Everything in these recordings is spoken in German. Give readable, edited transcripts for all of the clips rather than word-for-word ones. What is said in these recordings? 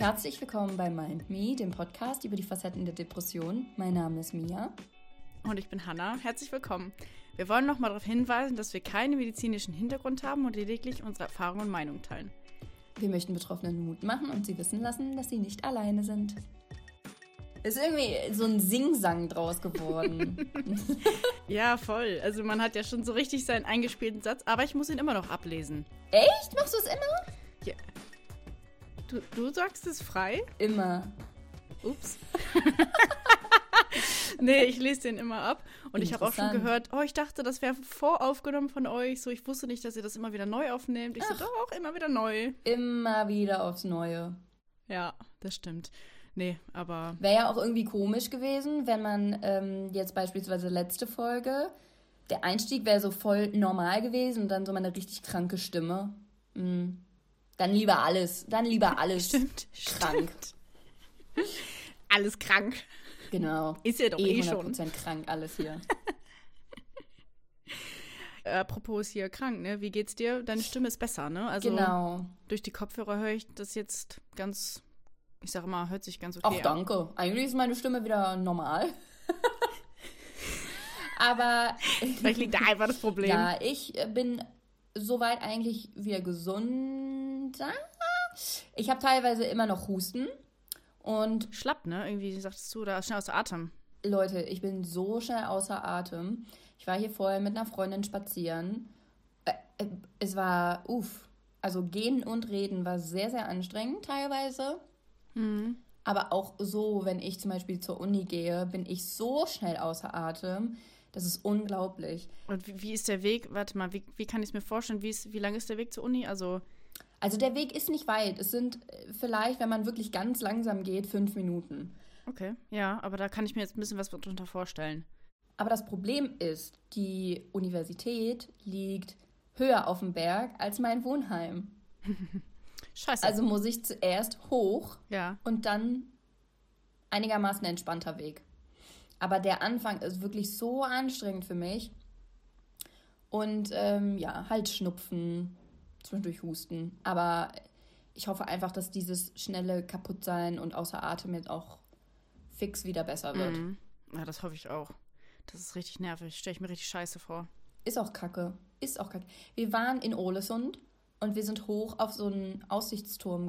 Herzlich willkommen bei Mind Me, dem Podcast über die Facetten der Depression. Mein Name ist Mia. Und ich bin Hannah. Herzlich willkommen. Wir wollen nochmal darauf hinweisen, dass wir keinen medizinischen Hintergrund haben und lediglich unsere Erfahrungen und Meinungen teilen. Wir möchten Betroffenen Mut machen und sie wissen lassen, dass sie nicht alleine sind. Ist irgendwie so ein Singsang draus geworden. Ja, voll. Also man hat ja schon so richtig seinen eingespielten Satz, aber ich muss ihn immer noch ablesen. Echt? Machst du es immer? Ja. Du sagst es frei? Immer. Ups. Nee, ich lese den immer ab. Und ich habe auch schon gehört, ich dachte, das wäre voraufgenommen von euch. So, ich wusste nicht, dass ihr das immer wieder neu aufnehmt. Ich so, doch, immer wieder neu. Immer wieder aufs Neue. Ja, das stimmt. Nee, aber... Wäre ja auch irgendwie komisch gewesen, wenn man jetzt beispielsweise letzte Folge, der Einstieg wäre so voll normal gewesen und dann so meine richtig kranke Stimme. Dann lieber alles. Stimmt. Krank. Stimmt. Alles krank. Genau. Ist ja doch schon. 100% krank, alles hier. Apropos hier krank, ne? Wie geht's dir? Deine Stimme ist besser, ne? Also genau. Durch die Kopfhörer höre ich das jetzt ganz, ich sag mal, hört sich ganz okay an. Ach, danke. Eigentlich ist meine Stimme wieder normal. Aber vielleicht liegt da einfach das Problem. Ja, ich bin soweit eigentlich wieder gesund. Ich habe teilweise immer noch Husten. Und schlapp, ne? Irgendwie sagtest du, da schnell außer Atem. Leute, ich bin so schnell außer Atem. Ich war hier vorher mit einer Freundin spazieren. Es war, also gehen und reden war sehr, sehr anstrengend teilweise. Mhm. Aber auch so, wenn ich zum Beispiel zur Uni gehe, bin ich so schnell außer Atem. Das ist unglaublich. Und wie ist der Weg? Warte mal, wie kann ich es mir vorstellen? Wie lang ist der Weg zur Uni? Also der Weg ist nicht weit. Es sind vielleicht, wenn man wirklich ganz langsam geht, 5 Minuten. Okay, ja, aber da kann ich mir jetzt ein bisschen was darunter vorstellen. Aber das Problem ist, die Universität liegt höher auf dem Berg als mein Wohnheim. Scheiße. Also muss ich zuerst hoch und dann einigermaßen entspannter Weg. Aber der Anfang ist wirklich so anstrengend für mich. Und halt Schnupfen, zwischendurch Husten. Aber ich hoffe einfach, dass dieses schnelle Kaputtsein und außer Atem jetzt auch fix wieder besser wird. Mhm. Ja, das hoffe ich auch. Das ist richtig nervig. Stelle ich mir richtig scheiße vor. Ist auch kacke. Wir waren in Ålesund und wir sind hoch auf so einen Aussichtsturm,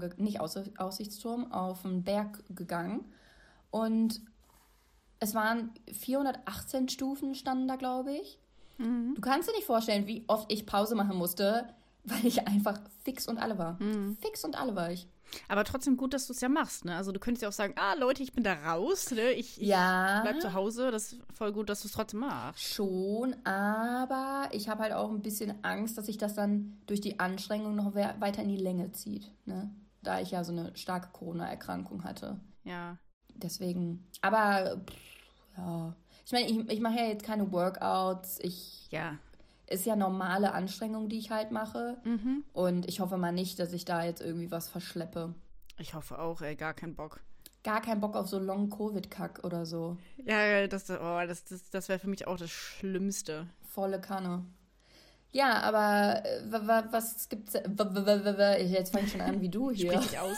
auf einen Berg gegangen. Und es waren 418 Stufen standen da, glaube ich. Mhm. Du kannst dir nicht vorstellen, wie oft ich Pause machen musste, weil ich einfach fix und alle war. Fix und alle war ich. Aber trotzdem gut, dass du es ja machst, ne? Also du könntest ja auch sagen, Leute, ich bin da raus, ne? Ich bleib zu Hause. Das ist voll gut, dass du es trotzdem machst. Schon, aber ich habe halt auch ein bisschen Angst, dass sich das dann durch die Anstrengung noch weiter in die Länge zieht, ne? Da ich ja so eine starke Corona-Erkrankung hatte. Ja. Deswegen, aber ich meine, ich mache ja jetzt keine Workouts. Ist ja normale Anstrengung, die ich halt mache. Mhm. Und ich hoffe mal nicht, dass ich da jetzt irgendwie was verschleppe. Ich hoffe auch, gar keinen Bock. Gar keinen Bock auf so Long-Covid-Kack oder so. Ja, das wäre für mich auch das Schlimmste. Volle Kanne. Ja, aber was gibt's? Jetzt fange ich schon an wie du hier. Sprich dich aus.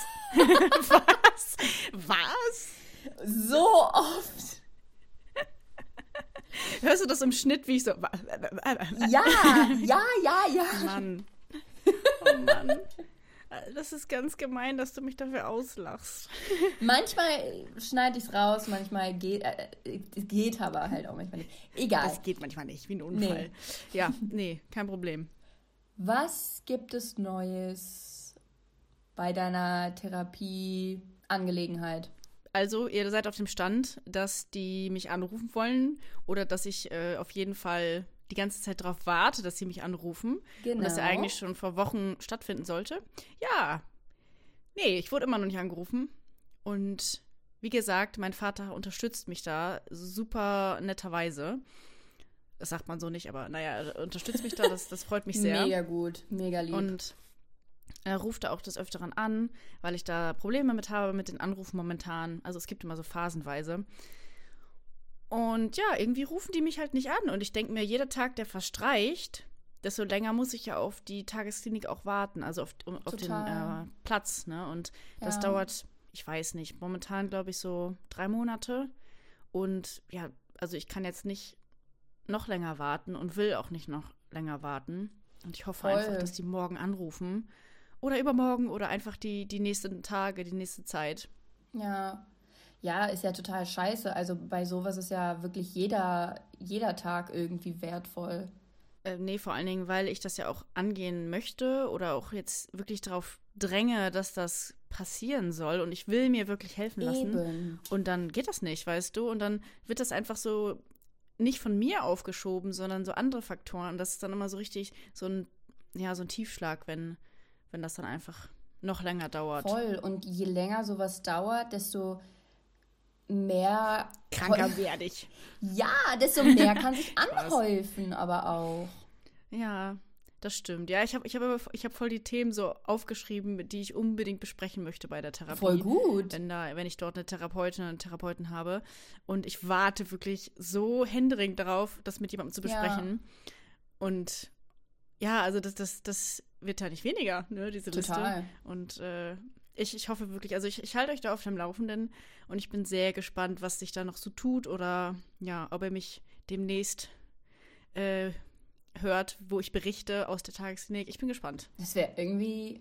Was? So oft. Hörst du das im Schnitt, wie ich so... Ja. Mann. Oh Mann. Das ist ganz gemein, dass du mich dafür auslachst. Manchmal schneide ich es raus, manchmal geht aber halt auch manchmal nicht. Egal. Das geht manchmal nicht, wie ein Unfall. Nee. Ja, kein Problem. Was gibt es Neues bei deiner Therapieangelegenheit? Also, ihr seid auf dem Stand, dass die mich anrufen wollen oder dass ich auf jeden Fall die ganze Zeit darauf warte, dass sie mich anrufen. Genau. Und dass er eigentlich schon vor Wochen stattfinden sollte. Ja. Nee, ich wurde immer noch nicht angerufen. Und wie gesagt, mein Vater unterstützt mich da super netterweise. Das sagt man so nicht, aber naja, er unterstützt mich da, das freut mich sehr. Mega gut, mega lieb. Und er ruft da auch des Öfteren an, weil ich da Probleme mit habe mit den Anrufen momentan. Also es gibt immer so phasenweise. Und ja, irgendwie rufen die mich halt nicht an. Und ich denke mir, jeder Tag, der verstreicht, desto länger muss ich ja auf die Tagesklinik auch warten. Also auf den Platz, ne? Und das dauert ich weiß nicht, momentan glaube ich so 3 Monate. Und ja, also ich kann jetzt nicht noch länger warten und will auch nicht noch länger warten. Und ich hoffe einfach, dass die morgen anrufen. Oder übermorgen oder einfach die nächsten Tage, die nächste Zeit. Ja. Ja, ist ja total scheiße. Also bei sowas ist ja wirklich jeder Tag irgendwie wertvoll. Nee, vor allen Dingen, weil ich das ja auch angehen möchte oder auch jetzt wirklich darauf dränge, dass das passieren soll. Und ich will mir wirklich helfen lassen. Eben. Und dann geht das nicht, weißt du? Und dann wird das einfach so nicht von mir aufgeschoben, sondern so andere Faktoren. Und das ist dann immer so richtig so ein Tiefschlag, wenn das dann einfach noch länger dauert. Voll. Und je länger sowas dauert, desto mehr kranker werde ich. Ja, desto mehr kann sich anhäufen, aber auch. Ja, das stimmt. Ja, ich hab voll die Themen so aufgeschrieben, die ich unbedingt besprechen möchte bei der Therapie. Voll gut. Wenn ich dort eine Therapeutin oder einen Therapeuten habe. Und ich warte wirklich so händeringend darauf, das mit jemandem zu besprechen. Ja. Und ja, also das wird ja nicht weniger, ne, diese Total. Liste. Und ich hoffe wirklich, also ich halte euch da auf dem Laufenden und ich bin sehr gespannt, was sich da noch so tut oder ja, ob er mich demnächst hört, wo ich berichte aus der Tagesklinik. Ich bin gespannt. Das wäre irgendwie,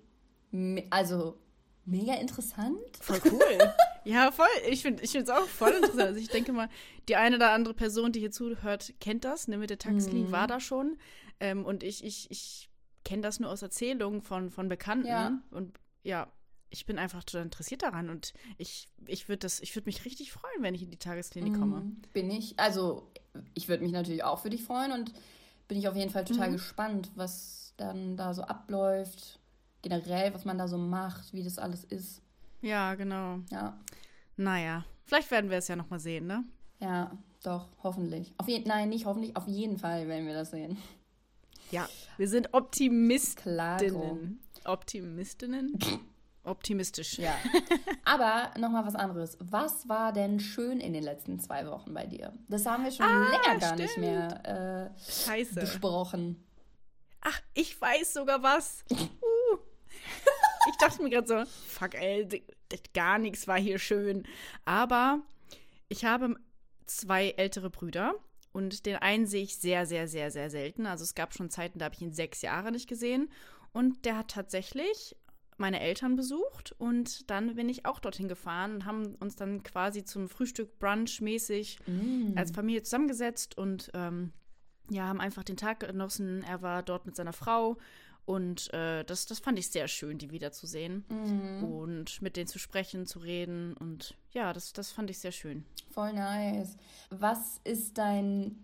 mega interessant. Voll cool. Ja, voll. Ich finde es auch voll interessant. Also ich denke mal, die eine oder andere Person, die hier zuhört, kennt das. Ne, mit der Tagesklinik war da schon. Und ich kenne das nur aus Erzählungen von Bekannten. Ja. Und ja, ich bin einfach total interessiert daran. Und ich würde mich richtig freuen, wenn ich in die Tagesklinik komme. Bin ich. Also, ich würde mich natürlich auch für dich freuen und bin ich auf jeden Fall total gespannt, was dann da so abläuft. Generell, was man da so macht, wie das alles ist. Ja, genau. Ja. Naja, vielleicht werden wir es ja noch mal sehen, ne? Ja, doch, hoffentlich. Nein, nicht hoffentlich, auf jeden Fall werden wir das sehen. Ja, wir sind Optimistinnen. Klaro. Optimistinnen? Optimistisch. Ja. Aber nochmal was anderes. Was war denn schön in den letzten 2 Wochen bei dir? Das haben wir schon länger gar nicht mehr besprochen. Ach, ich weiß sogar was. Ich dachte mir gerade so, fuck, ey, gar nichts war hier schön. Aber ich habe 2 ältere Brüder und den einen sehe ich sehr, sehr, sehr, sehr selten. Also es gab schon Zeiten, da habe ich ihn 6 Jahre nicht gesehen. Und der hat tatsächlich meine Eltern besucht und dann bin ich auch dorthin gefahren und haben uns dann quasi zum Frühstück Brunch-mäßig als Familie zusammengesetzt und haben einfach den Tag genossen. Er war dort mit seiner Frau und das fand ich sehr schön, die wiederzusehen und mit denen zu sprechen, zu reden und ja, das fand ich sehr schön. Voll nice. Was ist deine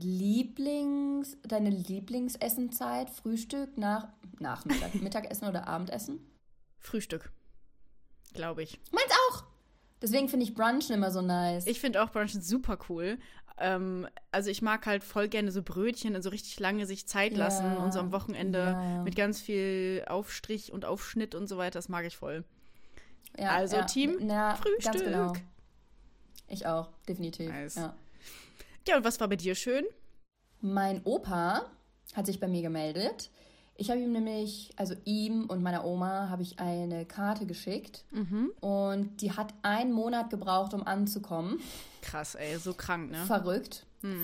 Lieblingsessenzeit? Frühstück, Nachmittag, Mittagessen oder Abendessen? Frühstück, glaube ich. Meins auch! Deswegen finde ich Brunchen immer so nice. Ich finde auch Brunchen super cool. Also ich mag halt voll gerne so Brötchen und so richtig lange sich Zeit lassen und so am Wochenende mit ganz viel Aufstrich und Aufschnitt und so weiter. Das mag ich voll. Ja, also Team Frühstück. Ganz genau. Ich auch, definitiv. Nice. Ja, und was war bei dir schön? Mein Opa hat sich bei mir gemeldet. Ich habe ihm und meiner Oma habe ich eine Karte geschickt und die hat 1 Monat gebraucht, um anzukommen. Krass, ey, so krank, ne? Verrückt.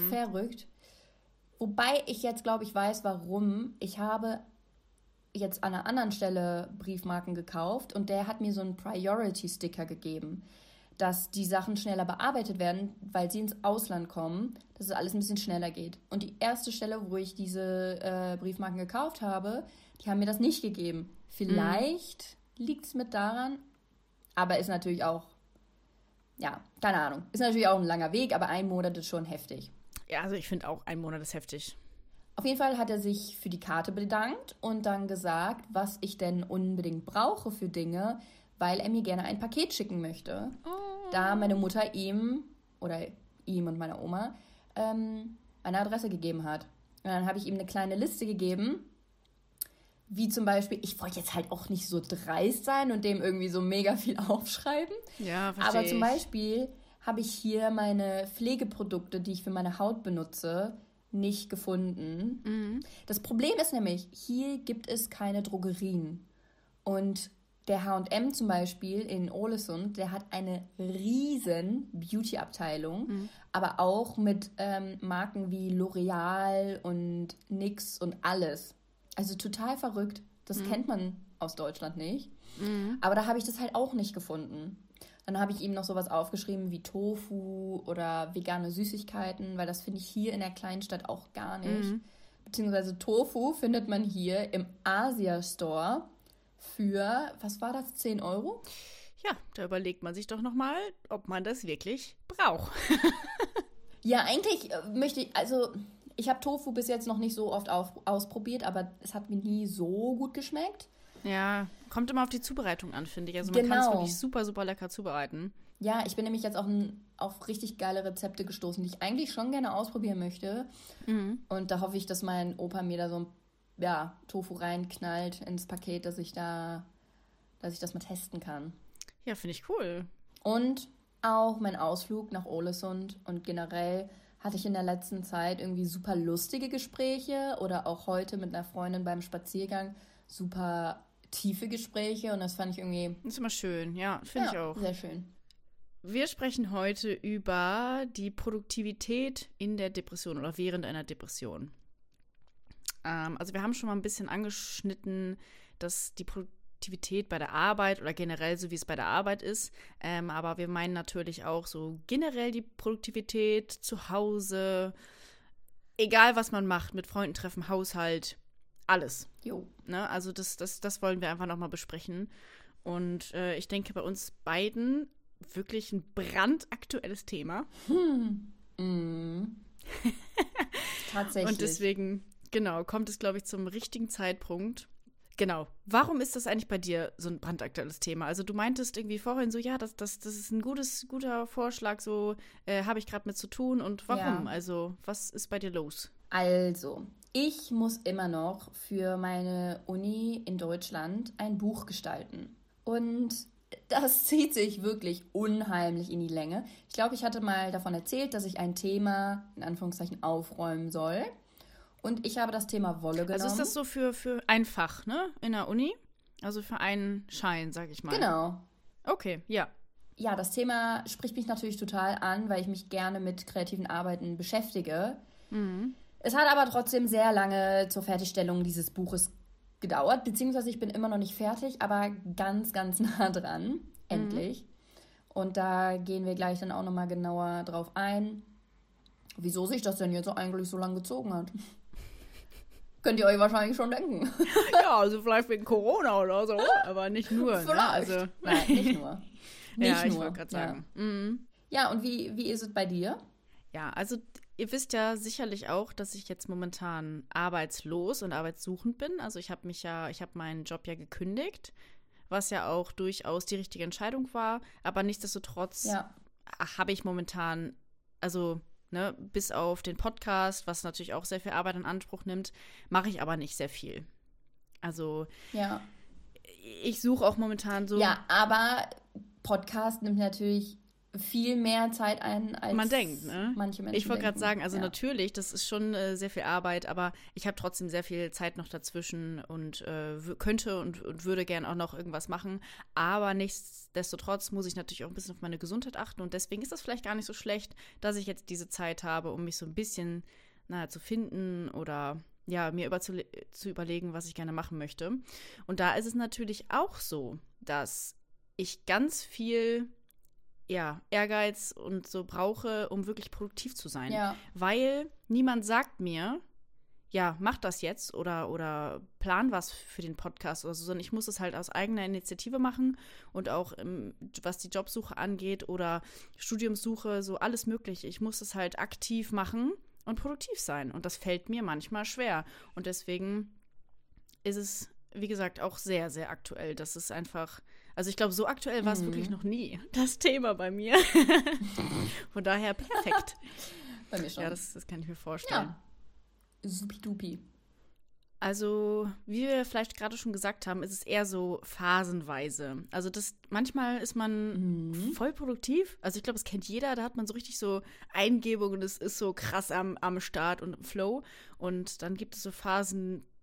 Wobei ich jetzt, glaube ich, weiß, warum. Ich habe jetzt an einer anderen Stelle Briefmarken gekauft und der hat mir so einen Priority-Sticker gegeben, dass die Sachen schneller bearbeitet werden, weil sie ins Ausland kommen, dass es alles ein bisschen schneller geht. Und die erste Stelle, wo ich diese Briefmarken gekauft habe, die haben mir das nicht gegeben. Vielleicht liegt es mit daran, aber ist natürlich auch, ja, keine Ahnung. Ist natürlich auch ein langer Weg, aber 1 Monat ist schon heftig. Ja, also ich finde auch 1 Monat ist heftig. Auf jeden Fall hat er sich für die Karte bedankt und dann gesagt, was ich denn unbedingt brauche für Dinge, weil er mir gerne ein Paket schicken möchte. Da meine Mutter ihm und meiner Oma eine Adresse gegeben hat. Und dann habe ich ihm eine kleine Liste gegeben, wie zum Beispiel, ich wollte jetzt halt auch nicht so dreist sein und dem irgendwie so mega viel aufschreiben. Ja, verstehe Aber zum Beispiel habe ich hier meine Pflegeprodukte, die ich für meine Haut benutze, nicht gefunden. Das Problem ist nämlich, hier gibt es keine Drogerien. Und der H&M zum Beispiel in Ålesund, der hat eine riesen Beauty-Abteilung, aber auch mit Marken wie L'Oreal und NYX und alles. Also total verrückt. Das kennt man aus Deutschland nicht. Aber da habe ich das halt auch nicht gefunden. Dann habe ich ihm noch sowas aufgeschrieben wie Tofu oder vegane Süßigkeiten, weil das finde ich hier in der Kleinstadt auch gar nicht. Beziehungsweise Tofu findet man hier im Asia-Store für, was war das, 10 €? Ja, da überlegt man sich doch nochmal, ob man das wirklich braucht. Ja, eigentlich ich habe Tofu bis jetzt noch nicht so oft ausprobiert, aber es hat mir nie so gut geschmeckt. Ja, kommt immer auf die Zubereitung an, finde ich. Also man kann es wirklich super, super lecker zubereiten. Ja, ich bin nämlich jetzt auf richtig geile Rezepte gestoßen, die ich eigentlich schon gerne ausprobieren möchte. Und da hoffe ich, dass mein Opa mir da so ein Tofu reinknallt ins Paket, dass ich das mal testen kann. Ja, finde ich cool. Und auch mein Ausflug nach Ålesund und generell hatte ich in der letzten Zeit irgendwie super lustige Gespräche oder auch heute mit einer Freundin beim Spaziergang super tiefe Gespräche und das fand ich irgendwie... Das ist immer schön, ja, finde ich auch. Sehr schön. Wir sprechen heute über die Produktivität in der Depression oder während einer Depression. Also wir haben schon mal ein bisschen angeschnitten, dass die Produktivität bei der Arbeit oder generell so, wie es bei der Arbeit ist, aber wir meinen natürlich auch so generell die Produktivität zu Hause, egal was man macht, mit Freunden treffen, Haushalt, alles. Jo. Ne? Also das wollen wir einfach nochmal besprechen. Und ich denke, bei uns beiden wirklich ein brandaktuelles Thema. Tatsächlich. Und deswegen, genau, kommt es, glaube ich, zum richtigen Zeitpunkt. Genau. Warum ist das eigentlich bei dir so ein brandaktuelles Thema? Also du meintest irgendwie vorhin so, ja, das ist ein guter Vorschlag, so habe ich gerade mit zu tun. Und warum? Ja. Also was ist bei dir los? Also, ich muss immer noch für meine Uni in Deutschland ein Buch gestalten. Und das zieht sich wirklich unheimlich in die Länge. Ich glaube, ich hatte mal davon erzählt, dass ich ein Thema, in Anführungszeichen, aufräumen soll. Und ich habe das Thema Wolle genommen. Also ist das so für ein Fach, ne? In der Uni? Also für einen Schein, sag ich mal. Genau. Okay, ja. Ja, das Thema spricht mich natürlich total an, weil ich mich gerne mit kreativen Arbeiten beschäftige. Es hat aber trotzdem sehr lange zur Fertigstellung dieses Buches gedauert, beziehungsweise ich bin immer noch nicht fertig, aber ganz, ganz nah dran, endlich. Und da gehen wir gleich dann auch nochmal genauer drauf ein, wieso sich das denn jetzt eigentlich so lange gezogen hat. Könnt ihr euch wahrscheinlich schon denken. Ja, also vielleicht wegen Corona oder so, aber nicht nur. Vielleicht. Ne? Also, nein, nicht nur. Ich wollte gerade sagen. Ja, und wie ist es bei dir? Ja, also ihr wisst ja sicherlich auch, dass ich jetzt momentan arbeitslos und arbeitssuchend bin. Also ich habe meinen Job ja gekündigt, was ja auch durchaus die richtige Entscheidung war. Aber nichtsdestotrotz habe ich momentan, also bis auf den Podcast, was natürlich auch sehr viel Arbeit in Anspruch nimmt, mache ich aber nicht sehr viel. Also ich suche auch momentan so. Ja, aber Podcast nimmt natürlich viel mehr Zeit ein, als man denkt, ne? Manche Menschen Ich wollte gerade sagen, also natürlich, das ist schon sehr viel Arbeit, aber ich habe trotzdem sehr viel Zeit noch dazwischen und könnte und würde gern auch noch irgendwas machen. Aber nichtsdestotrotz muss ich natürlich auch ein bisschen auf meine Gesundheit achten und deswegen ist das vielleicht gar nicht so schlecht, dass ich jetzt diese Zeit habe, um mich so ein bisschen zu finden oder mir zu überlegen, was ich gerne machen möchte. Und da ist es natürlich auch so, dass ich ganz viel Ehrgeiz und so brauche, um wirklich produktiv zu sein. Ja. Weil niemand sagt mir, mach das jetzt oder plan was für den Podcast oder so, sondern ich muss es halt aus eigener Initiative machen und auch was die Jobsuche angeht oder Studiumssuche, so alles mögliche. Ich muss es halt aktiv machen und produktiv sein und das fällt mir manchmal schwer und deswegen ist es, wie gesagt, auch sehr, sehr aktuell. Das ist einfach, also ich glaube, so aktuell war es wirklich noch nie, das Thema bei mir. Von daher perfekt. Bei mir schon. Ja, das kann ich mir vorstellen. Ja, supidupi. Also, wie wir vielleicht gerade schon gesagt haben, ist es eher so phasenweise. Also manchmal ist man voll produktiv. Also ich glaube, das kennt jeder. Da hat man so richtig so Eingebungen. Das ist so krass am Start und im Flow. Und dann gibt es so Phasen, da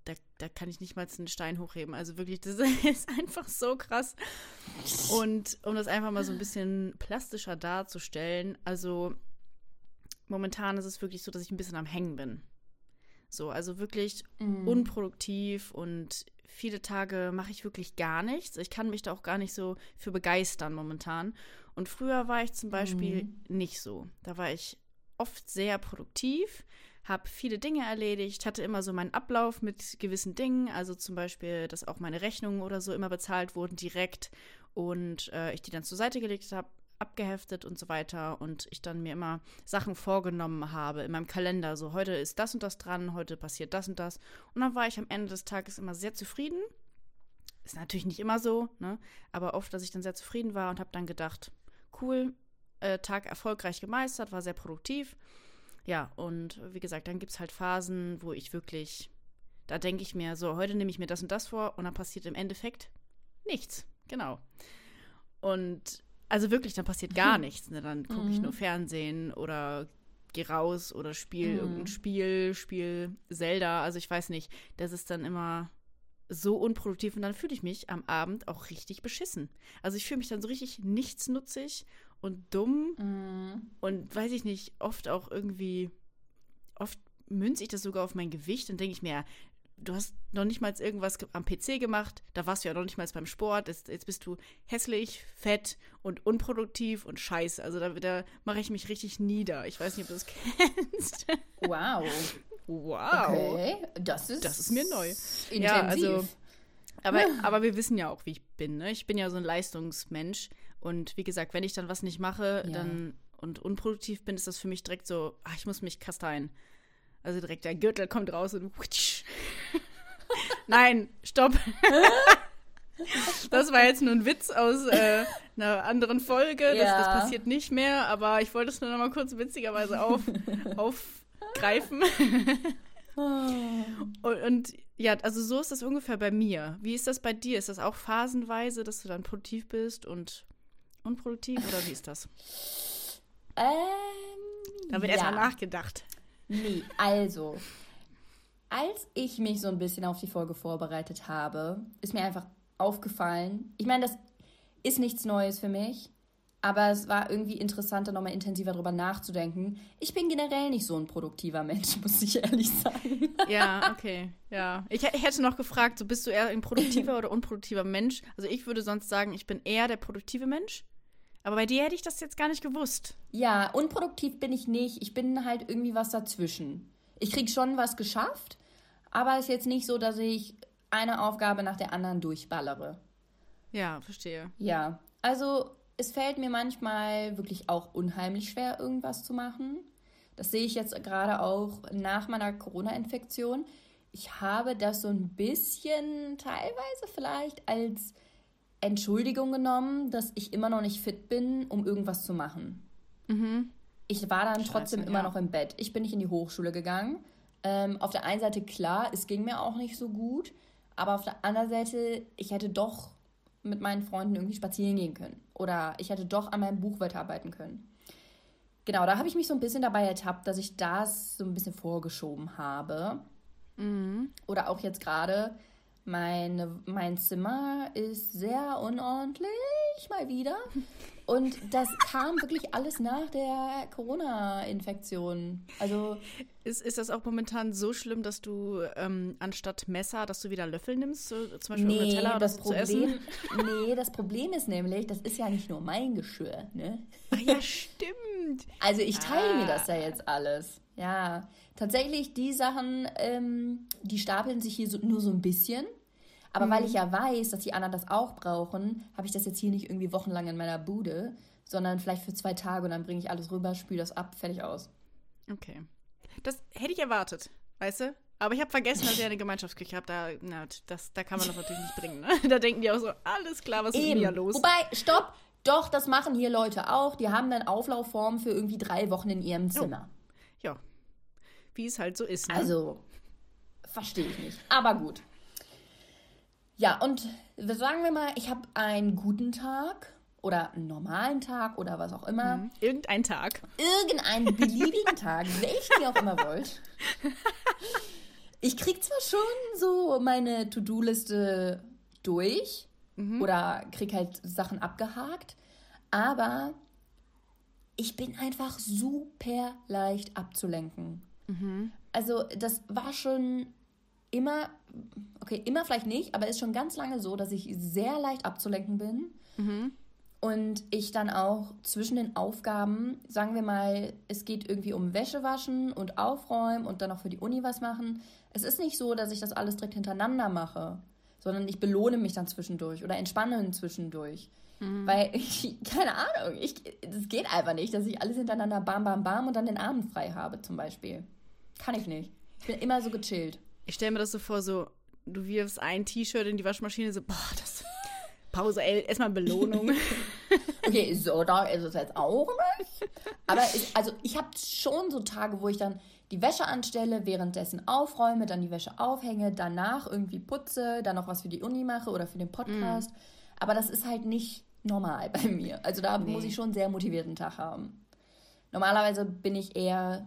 da kann ich nicht mal einen Stein hochheben. Also wirklich, das ist einfach so krass. Und um das einfach mal so ein bisschen plastischer darzustellen, also momentan ist es wirklich so, dass ich ein bisschen am Hängen bin. So, also wirklich unproduktiv und viele Tage mache ich wirklich gar nichts. Ich kann mich da auch gar nicht so für begeistern momentan. Und früher war ich zum Beispiel nicht so. Da war ich oft sehr produktiv, habe viele Dinge erledigt, hatte immer so meinen Ablauf mit gewissen Dingen, also zum Beispiel, dass auch meine Rechnungen oder so immer bezahlt wurden direkt und ich die dann zur Seite gelegt habe, abgeheftet und so weiter und ich dann mir immer Sachen vorgenommen habe in meinem Kalender, so heute ist das und das dran, heute passiert das und das und dann war ich am Ende des Tages immer sehr zufrieden. Ist natürlich nicht immer so, ne? Aber oft, dass ich dann sehr zufrieden war und habe dann gedacht, cool, Tag erfolgreich gemeistert, war sehr produktiv. Ja, und wie gesagt, dann gibt es halt Phasen, wo ich wirklich, da denke ich mir so, heute nehme ich mir das und das vor und dann passiert im Endeffekt nichts. Genau. Und also wirklich, dann passiert gar nichts. Ne? Dann gucke ich nur Fernsehen oder gehe raus oder spiele irgendein Spiel Zelda. Also ich weiß nicht, das ist dann immer so unproduktiv und dann fühle ich mich am Abend auch richtig beschissen. Also ich fühle mich dann so richtig nichtsnutzig und dumm und weiß ich nicht, oft münze ich das sogar auf mein Gewicht und denke ich mir, du hast noch nicht mal irgendwas am PC gemacht, da warst du ja noch nicht mal beim Sport, jetzt bist du hässlich, fett und unproduktiv und scheiße. Also da mache ich mich richtig nieder. Ich weiß nicht, ob du das kennst. Wow. Okay, das ist mir neu. Intensiv. Ja, also, aber wir wissen ja auch, wie ich bin. Ne? Ich bin ja so ein Leistungsmensch. Und wie gesagt, wenn ich dann was nicht mache dann und unproduktiv bin, ist das für mich direkt so, ich muss mich kasteien. Also direkt der Gürtel kommt raus und Nein, stopp. Das war jetzt nur ein Witz aus einer anderen Folge. Das passiert nicht mehr, aber ich wollte es nur noch mal kurz witzigerweise aufgreifen. und ja, also so ist das ungefähr bei mir. Wie ist das bei dir? Ist das auch phasenweise, dass du dann produktiv bist und unproduktiv oder wie ist das? Da wird erstmal nachgedacht. Nee, also, als ich mich so ein bisschen auf die Folge vorbereitet habe, ist mir einfach aufgefallen, ich meine, das ist nichts Neues für mich, aber es war irgendwie interessanter, nochmal intensiver drüber nachzudenken. Ich bin generell nicht so ein produktiver Mensch, muss ich ehrlich sagen. Ja, okay, ja. Ich hätte noch gefragt, so bist du eher ein produktiver oder unproduktiver Mensch? Also ich würde sonst sagen, ich bin eher der produktive Mensch. Aber bei dir hätte ich das jetzt gar nicht gewusst. Ja, unproduktiv bin ich nicht. Ich bin halt irgendwie was dazwischen. Ich kriege schon was geschafft, aber es ist jetzt nicht so, dass ich eine Aufgabe nach der anderen durchballere. Ja, verstehe. Ja, also es fällt mir manchmal wirklich auch unheimlich schwer, irgendwas zu machen. Das sehe ich jetzt gerade auch nach meiner Corona-Infektion. Ich habe das so ein bisschen teilweise vielleicht als Entschuldigung genommen, dass ich immer noch nicht fit bin, um irgendwas zu machen. Ich war dann trotzdem immer noch im Bett. Ich bin nicht in die Hochschule gegangen. Auf der einen Seite, klar, es ging mir auch nicht so gut, aber auf der anderen Seite, ich hätte doch mit meinen Freunden irgendwie spazieren gehen können. Oder ich hätte doch an meinem Buch weiterarbeiten können. Genau, da habe ich mich so ein bisschen dabei ertappt, dass ich das so ein bisschen vorgeschoben habe. Oder auch jetzt gerade, mein Zimmer ist sehr unordentlich, mal wieder. Und das kam wirklich alles nach der Corona-Infektion. Also ist das auch momentan so schlimm, dass du anstatt Messer, dass du wieder Löffel nimmst, so, zum Beispiel oder Teller oder so zu essen? Nee, das Problem ist nämlich, das ist ja nicht nur mein Geschirr, ne? Ach ja, stimmt. Also ich teile mir das ja jetzt alles. Ja, tatsächlich die Sachen, die stapeln sich hier nur so ein bisschen. Aber weil ich ja weiß, dass die anderen das auch brauchen, habe ich das jetzt hier nicht irgendwie wochenlang in meiner Bude, sondern vielleicht für 2 Tage und dann bringe ich alles rüber, spüle das ab, fertig aus. Okay. Das hätte ich erwartet, weißt du? Aber ich habe vergessen, dass ihr eine Gemeinschaftsküche habt. Da kann man das natürlich nicht bringen. Ne? Da denken die auch so, alles klar, was ist denn hier los? Wobei, stopp, doch, das machen hier Leute auch. Die haben dann Auflaufformen für irgendwie 3 Wochen in ihrem Zimmer. Ja, wie es halt so ist. Ne? Also, verstehe ich nicht. Aber gut. Ja, und sagen wir mal, ich habe einen guten Tag oder einen normalen Tag oder was auch immer. Irgendein Tag. Irgendeinen beliebigen Tag, welchen ihr auch immer wollt. Ich krieg zwar schon so meine To-Do-Liste durch oder krieg halt Sachen abgehakt, aber ich bin einfach super leicht abzulenken. Also das war schon immer, okay, immer vielleicht nicht, aber ist schon ganz lange so, dass ich sehr leicht abzulenken bin. Und ich dann auch zwischen den Aufgaben, sagen wir mal, es geht irgendwie um Wäsche waschen und aufräumen und dann auch für die Uni was machen. Es ist nicht so, dass ich das alles direkt hintereinander mache, sondern ich belohne mich dann zwischendurch oder entspanne zwischendurch. Weil, keine Ahnung, das geht einfach nicht, dass ich alles hintereinander bam, bam, bam und dann den Abend frei habe zum Beispiel. Kann ich nicht. Ich bin immer so gechillt. Ich stelle mir das so vor, so, du wirfst ein T-Shirt in die Waschmaschine, so, boah, das Pause, ey, erstmal Belohnung. Okay, so da ist es jetzt auch nicht. Aber ich habe schon so Tage, wo ich dann die Wäsche anstelle, währenddessen aufräume, dann die Wäsche aufhänge, danach irgendwie putze, dann noch was für die Uni mache oder für den Podcast. Aber das ist halt nicht normal bei mir. Also da muss ich schon einen sehr motivierten Tag haben. Normalerweise bin ich eher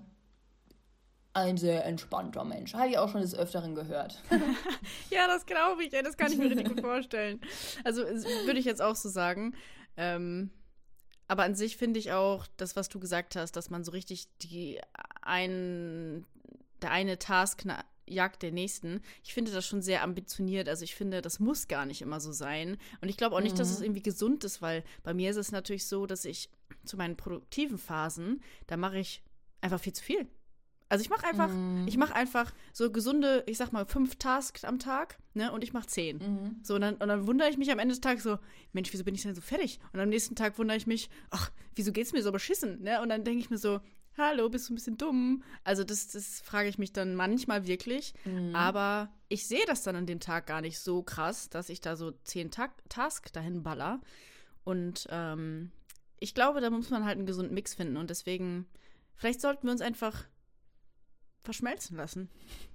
ein sehr entspannter Mensch. Habe ich auch schon des Öfteren gehört. Ja, das glaube ich. Ja, das kann ich mir richtig gut vorstellen. Also würde ich jetzt auch so sagen. Aber an sich finde ich auch, das, was du gesagt hast, dass man so richtig der eine Task jagt den nächsten. Ich finde das schon sehr ambitioniert. Also ich finde, das muss gar nicht immer so sein. Und ich glaube auch nicht, dass es irgendwie gesund ist, weil bei mir ist es natürlich so, dass ich zu meinen produktiven Phasen, da mache ich einfach viel zu viel. Also ich mache einfach so gesunde, ich sag mal, 5 Tasks am Tag, ne, und ich mache 10. So, und dann wundere ich mich am Ende des Tages so, Mensch, wieso bin ich denn so fertig? Und am nächsten Tag wundere ich mich, ach, wieso geht's mir so beschissen, ne? Und dann denke ich mir so, hallo, bist du ein bisschen dumm? Also das frage ich mich dann manchmal wirklich, aber ich sehe das dann an dem Tag gar nicht so krass, dass ich da so 10 Tasks dahin baller. Und ich glaube, da muss man halt einen gesunden Mix finden und deswegen, vielleicht sollten wir uns einfach verschmelzen lassen.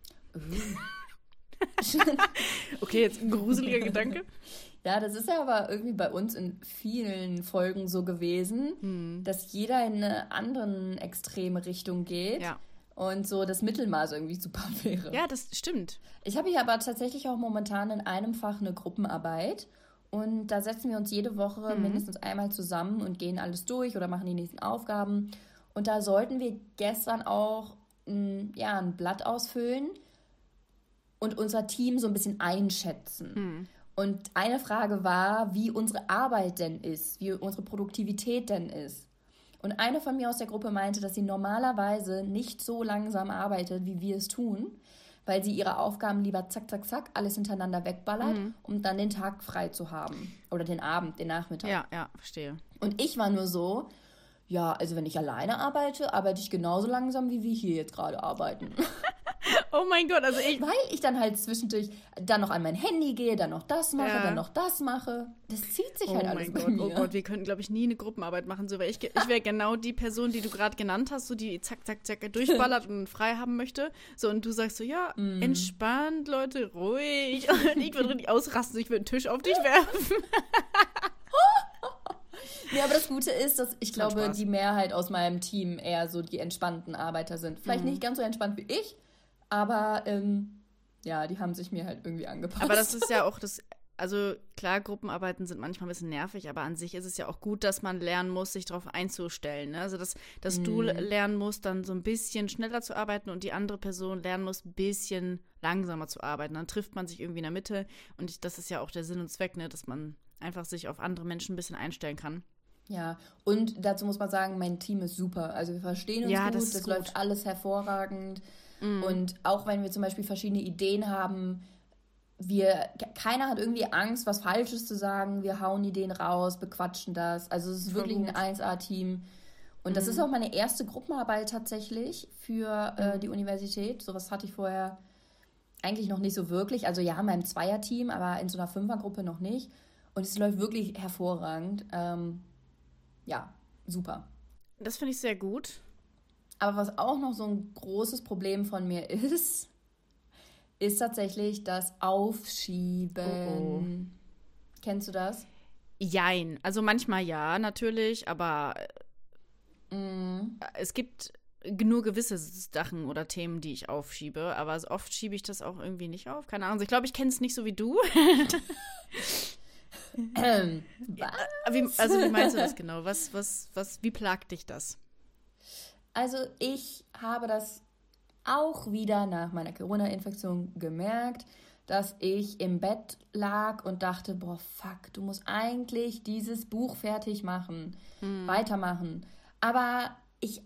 Okay, jetzt ein gruseliger Gedanke. Ja, das ist ja aber irgendwie bei uns in vielen Folgen so gewesen, dass jeder in eine andere extreme Richtung geht und so das Mittelmaß irgendwie super wäre. Ja, das stimmt. Ich habe hier aber tatsächlich auch momentan in einem Fach eine Gruppenarbeit und da setzen wir uns jede Woche mindestens einmal zusammen und gehen alles durch oder machen die nächsten Aufgaben. Und da sollten wir gestern auch ein Blatt ausfüllen und unser Team so ein bisschen einschätzen. Und eine Frage war, wie unsere Arbeit denn ist, wie unsere Produktivität denn ist. Und eine von mir aus der Gruppe meinte, dass sie normalerweise nicht so langsam arbeitet, wie wir es tun, weil sie ihre Aufgaben lieber zack, zack, zack, alles hintereinander wegballert, um dann den Tag frei zu haben. Oder den Abend, den Nachmittag. Ja, verstehe. Und ich war nur so, ja, also wenn ich alleine arbeite, arbeite ich genauso langsam, wie wir hier jetzt gerade arbeiten. Oh mein Gott, also weil ich dann halt zwischendurch dann noch an mein Handy gehe, dann noch das mache, dann noch das mache. Das zieht sich halt alles bei mir. Oh Gott, wir könnten, glaube ich, nie eine Gruppenarbeit machen, so, weil ich wäre genau die Person, die du gerade genannt hast, so die zack, zack, zack durchballert und frei haben möchte. So, und du sagst so, ja, entspannt, Leute, ruhig. Und ich würde richtig ausrasten, ich würde einen Tisch auf dich werfen. Ja, aber das Gute ist, dass ich glaube, die Mehrheit aus meinem Team eher so die entspannten Arbeiter sind. Vielleicht nicht ganz so entspannt wie ich, aber die haben sich mir halt irgendwie angepasst. Aber das ist ja auch also klar, Gruppenarbeiten sind manchmal ein bisschen nervig, aber an sich ist es ja auch gut, dass man lernen muss, sich darauf einzustellen. Ne? Also, dass du lernen musst, dann so ein bisschen schneller zu arbeiten und die andere Person lernen muss, ein bisschen langsamer zu arbeiten. Dann trifft man sich irgendwie in der Mitte und das ist ja auch der Sinn und Zweck, ne? Dass man einfach sich auf andere Menschen ein bisschen einstellen kann. Ja, und dazu muss man sagen, mein Team ist super. Also wir verstehen uns gut, das läuft alles hervorragend. Und auch wenn wir zum Beispiel verschiedene Ideen haben, keiner hat irgendwie Angst, was Falsches zu sagen. Wir hauen Ideen raus, bequatschen das. Also es ist wirklich ein 1A-Team. Und das ist auch meine erste Gruppenarbeit tatsächlich für die Universität. Sowas hatte ich vorher eigentlich noch nicht so wirklich. Also ja, in meinem Zweierteam, aber in so einer Fünfergruppe noch nicht. Und es läuft wirklich hervorragend. Ja, super. Das finde ich sehr gut. Aber was auch noch so ein großes Problem von mir ist tatsächlich das Aufschieben. Kennst du das? Jein. Also manchmal ja, natürlich, aber es gibt nur gewisse Sachen oder Themen, die ich aufschiebe, aber so oft schiebe ich das auch irgendwie nicht auf. Keine Ahnung. Ich glaube, ich kenne es nicht so wie du. Wie meinst du das genau? Wie plagt dich das? Also ich habe das auch wieder nach meiner Corona-Infektion gemerkt, dass ich im Bett lag und dachte, boah, fuck, du musst eigentlich dieses Buch fertig machen, weitermachen. Aber ich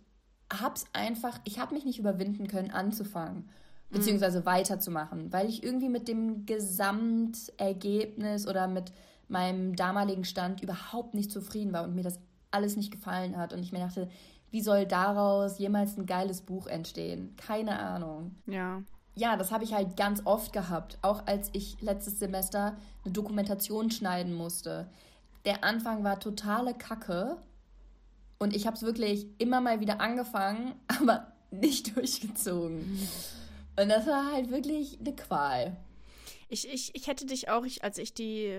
habe mich nicht überwinden können, anzufangen, beziehungsweise weiterzumachen, weil ich irgendwie mit dem Gesamtergebnis oder mit meinem damaligen Stand überhaupt nicht zufrieden war und mir das alles nicht gefallen hat. Und ich mir dachte, wie soll daraus jemals ein geiles Buch entstehen? Keine Ahnung. Ja. Ja, das habe ich halt ganz oft gehabt, auch als ich letztes Semester eine Dokumentation schneiden musste. Der Anfang war totale Kacke und ich habe es wirklich immer mal wieder angefangen, aber nicht durchgezogen. Und das war halt wirklich eine Qual. Ich hätte dich auch, als ich die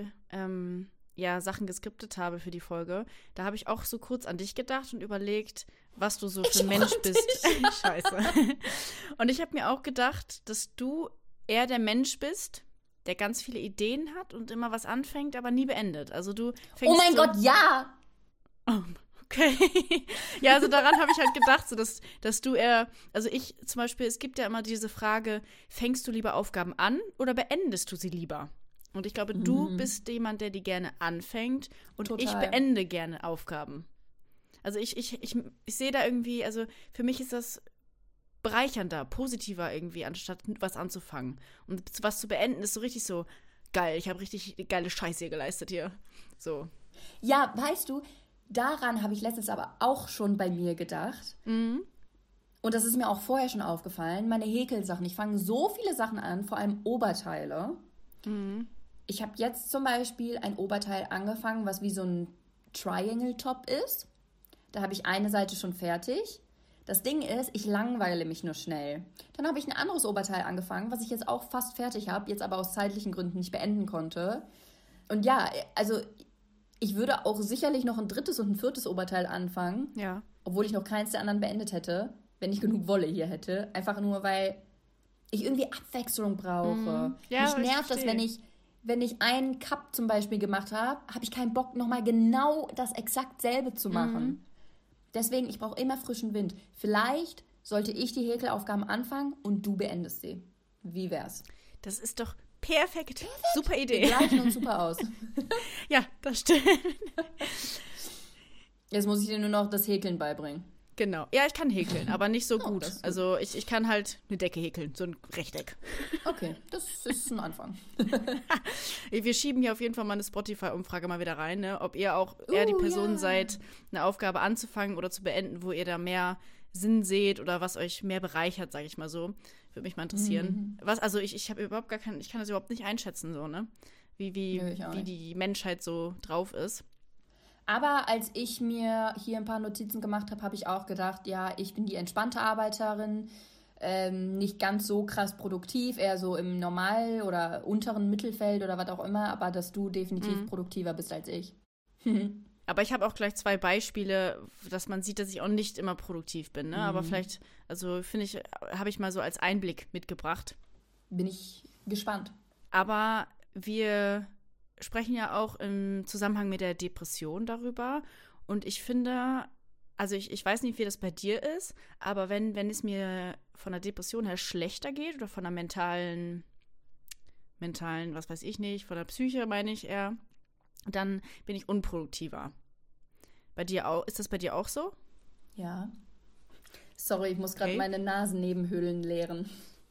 Sachen geskriptet habe für die Folge, da habe ich auch so kurz an dich gedacht und überlegt, was du so für ein Mensch bist. Scheiße. Und ich habe mir auch gedacht, dass du eher der Mensch bist, der ganz viele Ideen hat und immer was anfängt, aber nie beendet. Also du fängst Oh mein Gott, ja! Oh, okay. Ja, also daran habe ich halt gedacht, so dass du eher, also ich zum Beispiel, es gibt ja immer diese Frage, fängst du lieber Aufgaben an oder beendest du sie lieber? Und ich glaube, du bist jemand, der die gerne anfängt und Total. Ich beende gerne Aufgaben. Also ich sehe da irgendwie, also für mich ist das bereichernder, positiver irgendwie, anstatt was anzufangen. Und was zu beenden ist so richtig so, geil, ich habe richtig geile Scheiße hier geleistet hier. So. Ja, weißt du, daran habe ich letztens aber auch schon bei mir gedacht. Und das ist mir auch vorher schon aufgefallen, meine Häkelsachen. Ich fange so viele Sachen an, vor allem Oberteile. Ich habe jetzt zum Beispiel ein Oberteil angefangen, was wie so ein Triangle-Top ist. Da habe ich eine Seite schon fertig. Das Ding ist, ich langweile mich nur schnell. Dann habe ich ein anderes Oberteil angefangen, was ich jetzt auch fast fertig habe, jetzt aber aus zeitlichen Gründen nicht beenden konnte. Und ja, also ich würde auch sicherlich noch ein drittes und ein viertes Oberteil anfangen. Ja. Obwohl ich noch keins der anderen beendet hätte, wenn ich genug Wolle hier hätte. Einfach nur, weil ich irgendwie Abwechslung brauche. Ja, mich nervt das, wenn ich einen Cup zum Beispiel gemacht habe, habe ich keinen Bock, nochmal genau das exakt selbe zu machen. Deswegen, ich brauche immer frischen Wind. Vielleicht sollte ich die Häkelaufgaben anfangen und du beendest sie. Wie wär's? Das ist doch perfekt. Super Idee. Wir gleichen uns super aus. Ja, das stimmt. Jetzt muss ich dir nur noch das Häkeln beibringen. Genau. Ja, ich kann häkeln, aber nicht so gut. Das ist gut. Also ich kann halt eine Decke häkeln, so ein Rechteck. Okay, das ist ein Anfang. Wir schieben hier auf jeden Fall mal eine Spotify-Umfrage mal wieder rein, ne? Ob ihr auch eher die Person seid, eine Aufgabe anzufangen oder zu beenden, wo ihr da mehr Sinn seht oder was euch mehr bereichert, sage ich mal so. Würde mich mal interessieren. Also ich habe überhaupt ich kann das überhaupt nicht einschätzen, so, ne? Wie die Menschheit so drauf ist. Aber als ich mir hier ein paar Notizen gemacht habe, habe ich auch gedacht, ja, ich bin die entspannte Arbeiterin, nicht ganz so krass produktiv, eher so im Normal- oder unteren Mittelfeld oder was auch immer, aber dass du definitiv produktiver bist als ich. Aber ich habe auch gleich 2 Beispiele, dass man sieht, dass ich auch nicht immer produktiv bin, ne? Aber vielleicht, also finde ich, habe ich mal so als Einblick mitgebracht. Bin ich gespannt. Aber wir sprechen ja auch im Zusammenhang mit der Depression darüber. Und ich finde, also ich weiß nicht, wie das bei dir ist, aber wenn es mir von der Depression her schlechter geht oder von der mentalen, was weiß ich nicht, von der Psyche meine ich eher, dann bin ich unproduktiver. Bei dir auch? Ist das bei dir auch so? Ja. Sorry, ich muss gerade meine Nasennebenhöhlen leeren.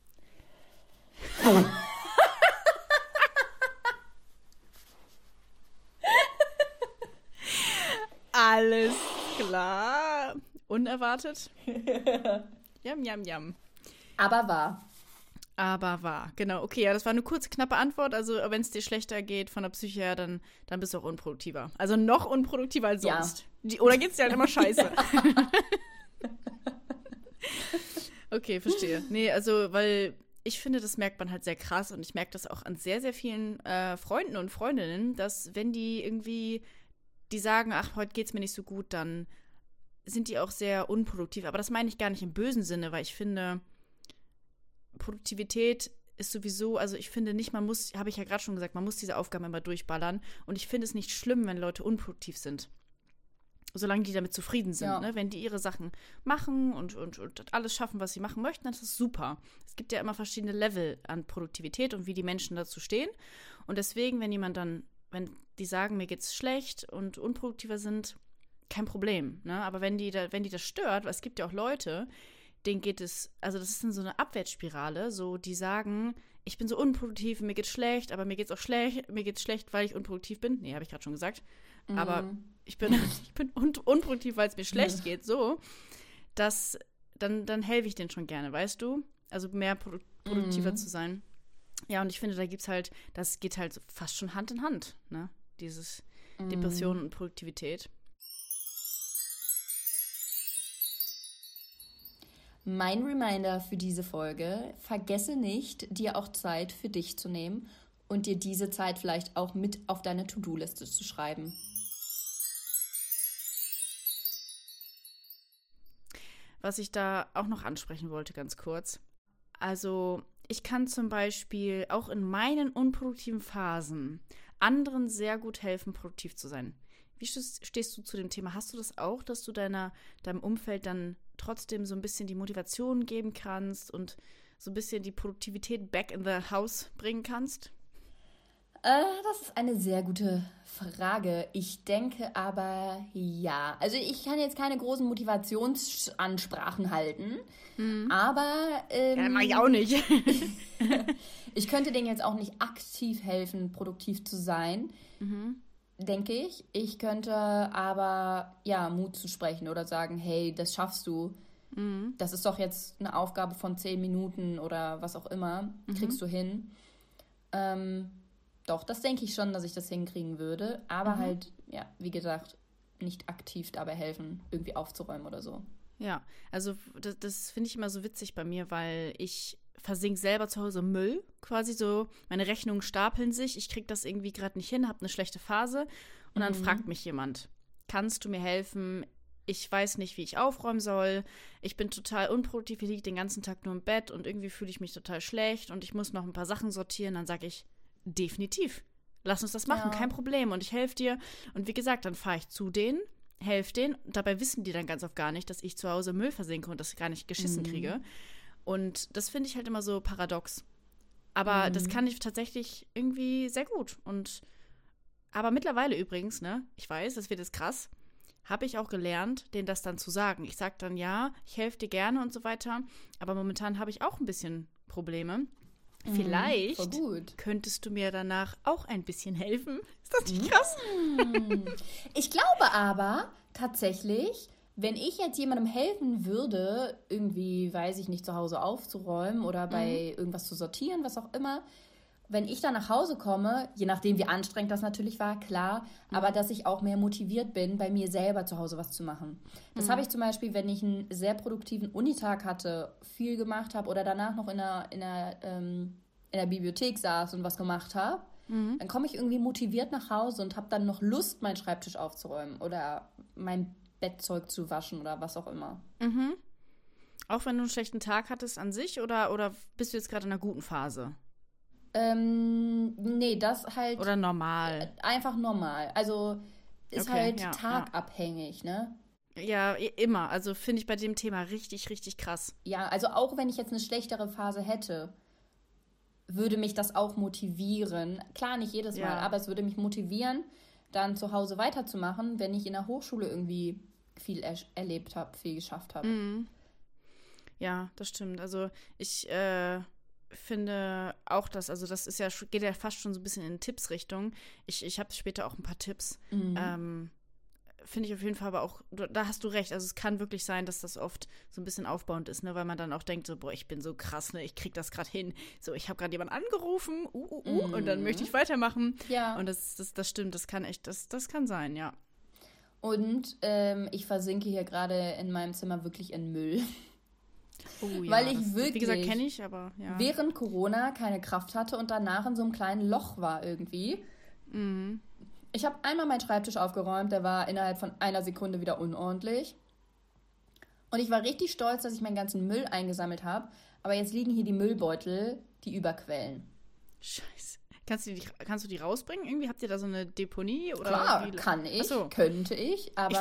Alles klar. Unerwartet. Yum, yum, yum. Aber wahr. Genau. Okay, ja, das war eine kurze, knappe Antwort. Also, wenn es dir schlechter geht von der Psyche her, dann bist du auch unproduktiver. Also noch unproduktiver als sonst. Ja. Oder geht's dir halt immer scheiße? Okay, verstehe. Nee, also, weil ich finde, das merkt man halt sehr krass und ich merke das auch an sehr, sehr vielen Freunden und Freundinnen, dass wenn die sagen, ach, heute geht's mir nicht so gut, dann sind die auch sehr unproduktiv. Aber das meine ich gar nicht im bösen Sinne, weil ich finde, Produktivität ist sowieso, also ich finde nicht, man muss, habe ich ja gerade schon gesagt, man muss diese Aufgaben immer durchballern. Und ich finde es nicht schlimm, wenn Leute unproduktiv sind. Solange die damit zufrieden sind, Ja. ne? Wenn die ihre Sachen machen und alles schaffen, was sie machen möchten, dann ist das super. Es gibt ja immer verschiedene Level an Produktivität und wie die Menschen dazu stehen. Und deswegen, wenn die sagen, mir geht's schlecht und unproduktiver sind, kein Problem, ne? Aber wenn die das stört, weil es gibt ja auch Leute, denen geht es, also das ist dann so eine Abwärtsspirale, so die sagen, ich bin so unproduktiv, mir geht's schlecht, aber mir geht's auch schlecht, mir geht's schlecht, weil ich unproduktiv bin. Nee, habe ich gerade schon gesagt. Aber ich bin unproduktiv, weil es mir schlecht geht, so, dass dann helfe ich denen schon gerne, weißt du? Also mehr produktiver zu sein. Ja, und ich finde, das geht halt fast schon Hand in Hand, ne? Dieses Depression und Produktivität. Mein Reminder für diese Folge: Vergesse nicht, dir auch Zeit für dich zu nehmen und dir diese Zeit vielleicht auch mit auf deine To-Do-Liste zu schreiben. Was ich da auch noch ansprechen wollte, ganz kurz. Also, ich kann zum Beispiel auch in meinen unproduktiven Phasen anderen sehr gut helfen, produktiv zu sein. Wie stehst du zu dem Thema? Hast du das auch, dass du deinem Umfeld dann trotzdem so ein bisschen die Motivation geben kannst und so ein bisschen die Produktivität back in the house bringen kannst? Das ist eine sehr gute Frage. Ich denke aber ja. Also ich kann jetzt keine großen Motivationsansprachen halten, aber Ja, mach ich auch nicht. ich könnte denen jetzt auch nicht aktiv helfen, produktiv zu sein, denke ich. Ich könnte aber, ja, Mut zu sprechen oder sagen, hey, das schaffst du. Das ist doch jetzt eine Aufgabe von 10 Minuten oder was auch immer. Kriegst du hin. Doch, das denke ich schon, dass ich das hinkriegen würde. Aber halt, ja, wie gesagt, nicht aktiv dabei helfen, irgendwie aufzuräumen oder so. Ja, also das finde ich immer so witzig bei mir, weil ich versinke selber zu Hause im Müll, quasi so, meine Rechnungen stapeln sich, ich kriege das irgendwie gerade nicht hin, habe eine schlechte Phase und dann fragt mich jemand, kannst du mir helfen? Ich weiß nicht, wie ich aufräumen soll, ich bin total unproduktiv, ich liege den ganzen Tag nur im Bett und irgendwie fühle ich mich total schlecht und ich muss noch ein paar Sachen sortieren, dann sage ich, definitiv, lass uns das machen, kein Problem und ich helfe dir und wie gesagt, dann fahre ich zu denen, helfe denen. Dabei wissen die dann ganz oft gar nicht, dass ich zu Hause Müll versinke und das gar nicht geschissen kriege. Und das finde ich halt immer so paradox. Aber das kann ich tatsächlich irgendwie sehr gut. Aber mittlerweile übrigens, ne, ich weiß, das wird jetzt krass, habe ich auch gelernt, denen das dann zu sagen. Ich sage dann, ja, ich helfe dir gerne und so weiter. Aber momentan habe ich auch ein bisschen Probleme. Vielleicht könntest du mir danach auch ein bisschen helfen. Ist das nicht krass? Ich glaube aber tatsächlich, wenn ich jetzt jemandem helfen würde, irgendwie, weiß ich nicht, zu Hause aufzuräumen oder bei irgendwas zu sortieren, was auch immer, wenn ich dann nach Hause komme, je nachdem wie anstrengend das natürlich war, klar, aber dass ich auch mehr motiviert bin, bei mir selber zu Hause was zu machen. Das habe ich zum Beispiel, wenn ich einen sehr produktiven Unitag hatte, viel gemacht habe oder danach noch in der Bibliothek saß und was gemacht habe, dann komme ich irgendwie motiviert nach Hause und habe dann noch Lust, meinen Schreibtisch aufzuräumen oder mein Bettzeug zu waschen oder was auch immer. Auch wenn du einen schlechten Tag hattest an sich oder bist du jetzt gerade in einer guten Phase? Nee, das halt. Oder normal? Einfach normal. Also ist halt tagabhängig, ne? Ja, immer. Also finde ich bei dem Thema richtig, richtig krass. Ja, also auch wenn ich jetzt eine schlechtere Phase hätte, würde mich das auch motivieren. Klar, nicht jedes Mal, aber es würde mich motivieren, dann zu Hause weiterzumachen, wenn ich in der Hochschule irgendwie viel erlebt habe, viel geschafft habe. Ja, das stimmt. Also ich finde auch das, also das ist ja, geht ja fast schon so ein bisschen in Tippsrichtung. Ich habe später auch ein paar Tipps. Finde ich auf jeden Fall aber auch, da hast du recht, also es kann wirklich sein, dass das oft so ein bisschen aufbauend ist, ne, weil man dann auch denkt so, boah, ich bin so krass, ne, ich krieg das gerade hin, so, ich habe gerade jemanden angerufen, und dann möchte ich weitermachen. Ja. Und das stimmt, das kann echt, das kann sein, ja. Und ich versinke hier gerade in meinem Zimmer wirklich in Müll. Oh, ja, weil ich wirklich, wie gesagt, kenne ich, aber ja. Während Corona keine Kraft hatte und danach in so einem kleinen Loch war irgendwie. Ich habe einmal meinen Schreibtisch aufgeräumt, der war innerhalb von einer Sekunde wieder unordentlich. Und ich war richtig stolz, dass ich meinen ganzen Müll eingesammelt habe. Aber jetzt liegen hier die Müllbeutel, die überquellen. Scheiße. Kannst du die rausbringen? Irgendwie habt ihr da so eine Deponie? Oder klar, kann ich, könnte ich, aber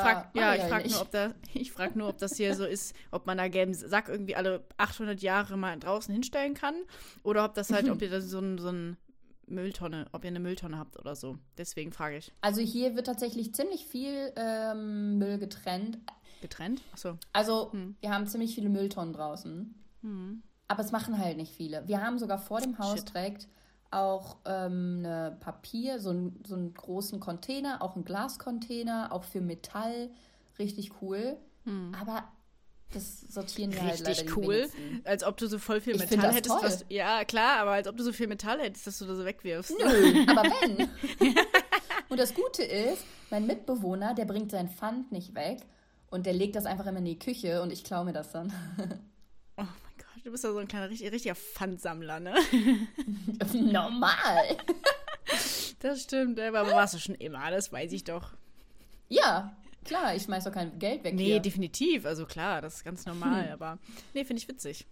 ich frag nur, ob das hier so ist, ob man da gelben Sack irgendwie alle 800 Jahre mal draußen hinstellen kann oder ob das halt, ob ihr da so eine Mülltonne habt oder so. Deswegen frage ich. Also hier wird tatsächlich ziemlich viel Müll getrennt. Getrennt? Achso. Also wir haben ziemlich viele Mülltonnen draußen, aber es machen halt nicht viele. Wir haben sogar vor dem Haus direkt auch eine Papier, so einen großen Container, auch einen Glascontainer, auch für Metall, richtig cool. Aber das sortieren wir halt leider richtig cool, als ob du so voll viel Metall hättest. Ja, klar, aber als ob du so viel Metall hättest, dass du da so wegwirfst. Nö, aber wenn. Und das Gute ist, mein Mitbewohner, der bringt sein Pfand nicht weg und der legt das einfach immer in die Küche und ich klaue mir das dann. Oh mein Gott, du bist ja so ein kleiner, richtiger Pfandsammler, ne? Normal. Das stimmt, aber warst du schon immer, das weiß ich doch. Ja, klar, ich schmeiß doch kein Geld weg hier. Nee, definitiv, also klar, das ist ganz normal, aber nee, finde ich witzig.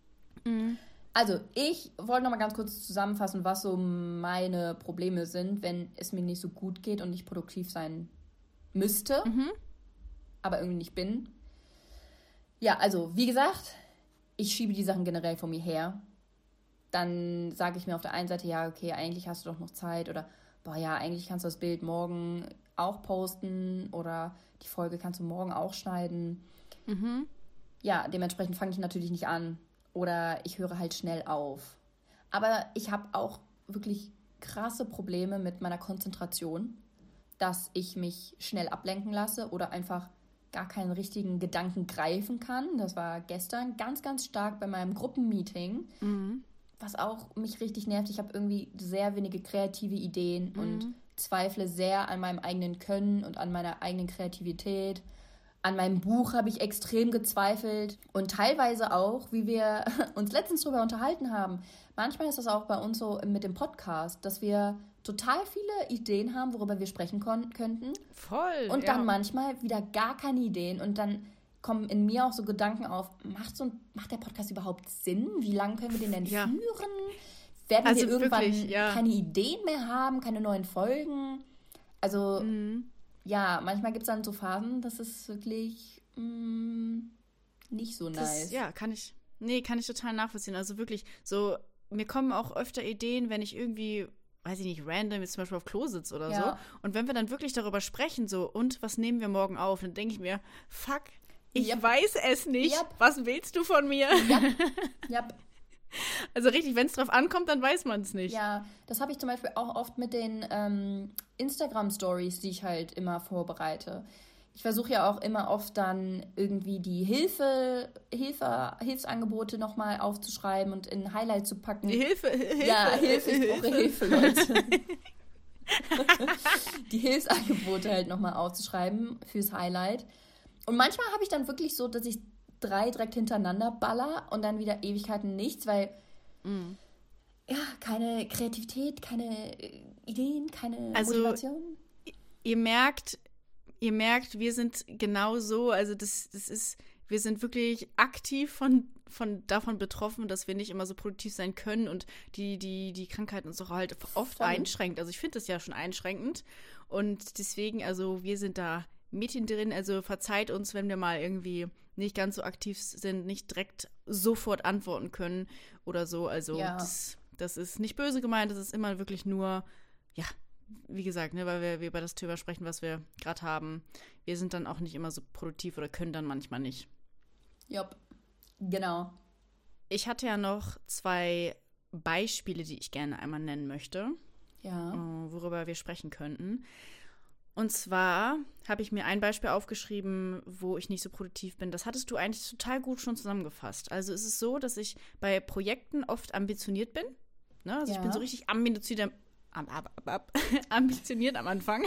Also, ich wollte noch mal ganz kurz zusammenfassen, was so meine Probleme sind, wenn es mir nicht so gut geht und ich produktiv sein müsste, aber irgendwie nicht bin. Ja, also, wie gesagt, ich schiebe die Sachen generell von mir her. Dann sage ich mir auf der einen Seite, ja, okay, eigentlich hast du doch noch Zeit oder, boah, ja, eigentlich kannst du das Bild morgen auch posten oder die Folge kannst du morgen auch schneiden. Ja, dementsprechend fange ich natürlich nicht an oder ich höre halt schnell auf. Aber ich habe auch wirklich krasse Probleme mit meiner Konzentration, dass ich mich schnell ablenken lasse oder einfach gar keinen richtigen Gedanken greifen kann. Das war gestern ganz, ganz stark bei meinem Gruppenmeeting, was auch mich richtig nervt. Ich habe irgendwie sehr wenige kreative Ideen und zweifle sehr an meinem eigenen Können und an meiner eigenen Kreativität. An meinem Buch habe ich extrem gezweifelt und teilweise auch, wie wir uns letztens darüber unterhalten haben. Manchmal ist das auch bei uns so mit dem Podcast, dass wir total viele Ideen haben, worüber wir sprechen könnten. Voll. Und dann manchmal wieder gar keine Ideen. Und dann kommen in mir auch so Gedanken auf, macht der Podcast überhaupt Sinn? Wie lange können wir den denn führen? Werden wir irgendwann wirklich, keine Ideen mehr haben, keine neuen Folgen? Also, ja, manchmal gibt es dann so Phasen, das ist wirklich nicht so nice. Kann ich total nachvollziehen. Also wirklich, so, mir kommen auch öfter Ideen, wenn ich irgendwie, weiß ich nicht, random jetzt zum Beispiel auf Klo sitze oder so. Und wenn wir dann wirklich darüber sprechen, so, und was nehmen wir morgen auf? Dann denke ich mir, fuck, ich weiß es nicht. Was willst du von mir? Also richtig, wenn es drauf ankommt, dann weiß man es nicht. Ja, das habe ich zum Beispiel auch oft mit den Instagram-Stories, die ich halt immer vorbereite. Ich versuche ja auch immer oft dann irgendwie die Hilfsangebote nochmal aufzuschreiben und in ein Highlight zu packen. Hilfe. Ja, Hilfe, ich brauche Hilfe, Leute. Die Hilfsangebote halt nochmal aufzuschreiben fürs Highlight. Und manchmal habe ich dann wirklich so, dass ich 3 direkt hintereinander baller und dann wieder Ewigkeiten nichts, weil keine Kreativität, keine Ideen, keine Motivation. Ihr merkt, wir sind genau so, also wir sind wirklich aktiv davon betroffen, dass wir nicht immer so produktiv sein können und die Krankheit uns auch halt oft einschränkt. Also ich finde das ja schon einschränkend und deswegen, also wir sind da Mädchen drin, also verzeiht uns, wenn wir mal irgendwie nicht ganz so aktiv sind, nicht direkt sofort antworten können oder so. Also das ist nicht böse gemeint, das ist immer wirklich nur, wie gesagt, ne, weil wir über das Thema sprechen, was wir gerade haben. Wir sind dann auch nicht immer so produktiv oder können dann manchmal nicht. Jupp, genau. Ich hatte ja noch 2 Beispiele, die ich gerne einmal nennen möchte, worüber wir sprechen könnten. Und zwar habe ich mir ein Beispiel aufgeschrieben, wo ich nicht so produktiv bin. Das hattest du eigentlich total gut schon zusammengefasst. Also es ist so, dass ich bei Projekten oft ambitioniert bin. Ne? Also ich bin so richtig ambitioniert am Anfang.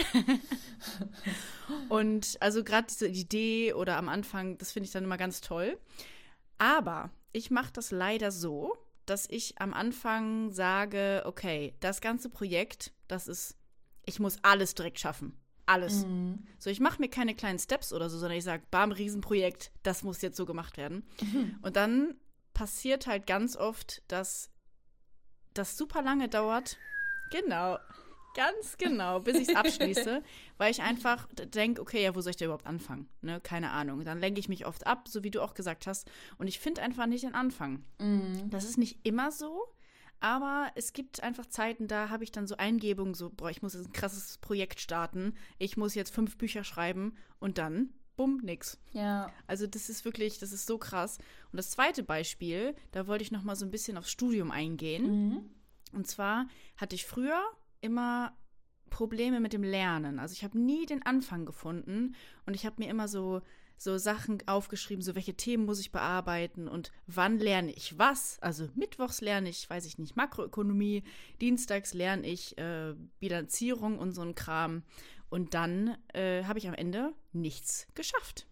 Und also gerade diese Idee oder am Anfang, das finde ich dann immer ganz toll. Aber ich mache das leider so, dass ich am Anfang sage, okay, das ganze Projekt, ich muss alles direkt schaffen. alles. So, ich mache mir keine kleinen Steps oder so, sondern ich sage, bam, Riesenprojekt, das muss jetzt so gemacht werden. Und dann passiert halt ganz oft, dass das super lange dauert. Genau. Ganz genau, bis ich es abschließe, weil ich einfach denke, okay, ja, wo soll ich da überhaupt anfangen? Ne? Keine Ahnung. Dann lenke ich mich oft ab, so wie du auch gesagt hast. Und ich finde einfach nicht den Anfang. Das ist nicht immer so, aber es gibt einfach Zeiten, da habe ich dann so Eingebungen, so, boah, ich muss jetzt ein krasses Projekt starten. Ich muss jetzt 5 Bücher schreiben und dann, bumm, nix. Ja. Also das ist wirklich, das ist so krass. Und das zweite Beispiel, da wollte ich noch mal so ein bisschen aufs Studium eingehen. Und zwar hatte ich früher immer Probleme mit dem Lernen. Also ich habe nie den Anfang gefunden und ich habe mir immer so Sachen aufgeschrieben, so welche Themen muss ich bearbeiten und wann lerne ich was. Also mittwochs lerne ich, weiß ich nicht, Makroökonomie, dienstags lerne ich Bilanzierung und so ein Kram. Und dann habe ich am Ende nichts geschafft.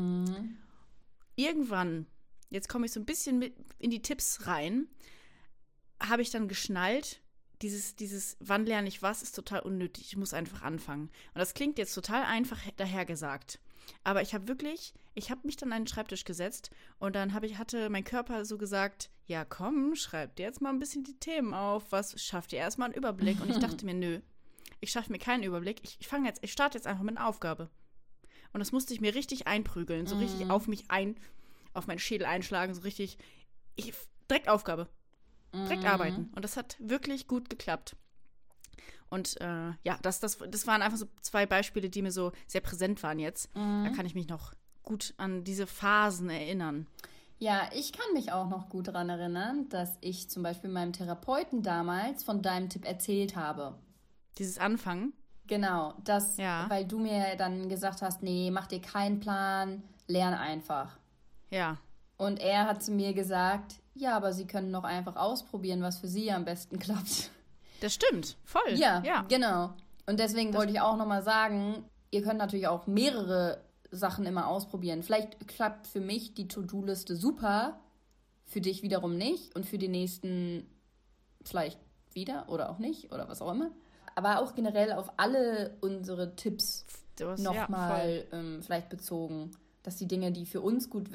Irgendwann, jetzt komme ich so ein bisschen in die Tipps rein, habe ich dann geschnallt, dieses wann lerne ich was, ist total unnötig. Ich muss einfach anfangen. Und das klingt jetzt total einfach dahergesagt. Aber ich habe mich dann an den Schreibtisch gesetzt und dann hatte mein Körper so gesagt, ja komm, schreib dir jetzt mal ein bisschen die Themen auf, schaff dir erstmal einen Überblick. Und ich dachte mir, nö, ich schaffe mir keinen Überblick. Ich starte jetzt einfach mit einer Aufgabe. Und das musste ich mir richtig einprügeln, so richtig auf meinen Schädel einschlagen, so richtig, direkt Aufgabe. Direkt arbeiten. Und das hat wirklich gut geklappt. Und das waren einfach so 2 Beispiele, die mir so sehr präsent waren jetzt. Da kann ich mich noch gut an diese Phasen erinnern. Ja, ich kann mich auch noch gut daran erinnern, dass ich zum Beispiel meinem Therapeuten damals von deinem Tipp erzählt habe. Dieses Anfangen? Genau, weil du mir dann gesagt hast, nee, mach dir keinen Plan, lern einfach. Ja. Und er hat zu mir gesagt, ja, aber Sie können doch einfach ausprobieren, was für Sie am besten klappt. Das stimmt, voll. Ja, genau. Und deswegen wollte ich auch nochmal sagen, ihr könnt natürlich auch mehrere Sachen immer ausprobieren. Vielleicht klappt für mich die To-Do-Liste super, für dich wiederum nicht und für die nächsten vielleicht wieder oder auch nicht oder was auch immer. Aber auch generell auf alle unsere Tipps nochmal vielleicht bezogen, dass die Dinge, die für uns gut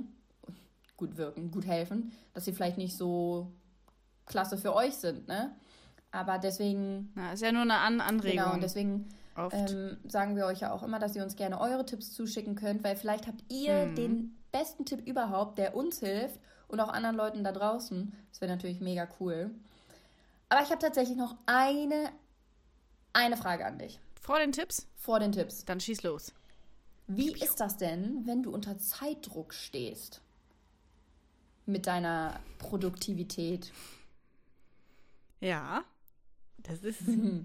helfen, dass sie vielleicht nicht so klasse für euch sind, ne? Aber deswegen... Na, ist ja nur eine Anregung. Genau, und deswegen sagen wir euch ja auch immer, dass ihr uns gerne eure Tipps zuschicken könnt, weil vielleicht habt ihr den besten Tipp überhaupt, der uns hilft und auch anderen Leuten da draußen. Das wäre natürlich mega cool. Aber ich habe tatsächlich noch eine Frage an dich. Vor den Tipps? Vor den Tipps. Dann schieß los. Wie ist das denn, wenn du unter Zeitdruck stehst? Mit deiner Produktivität? Ja, das ist...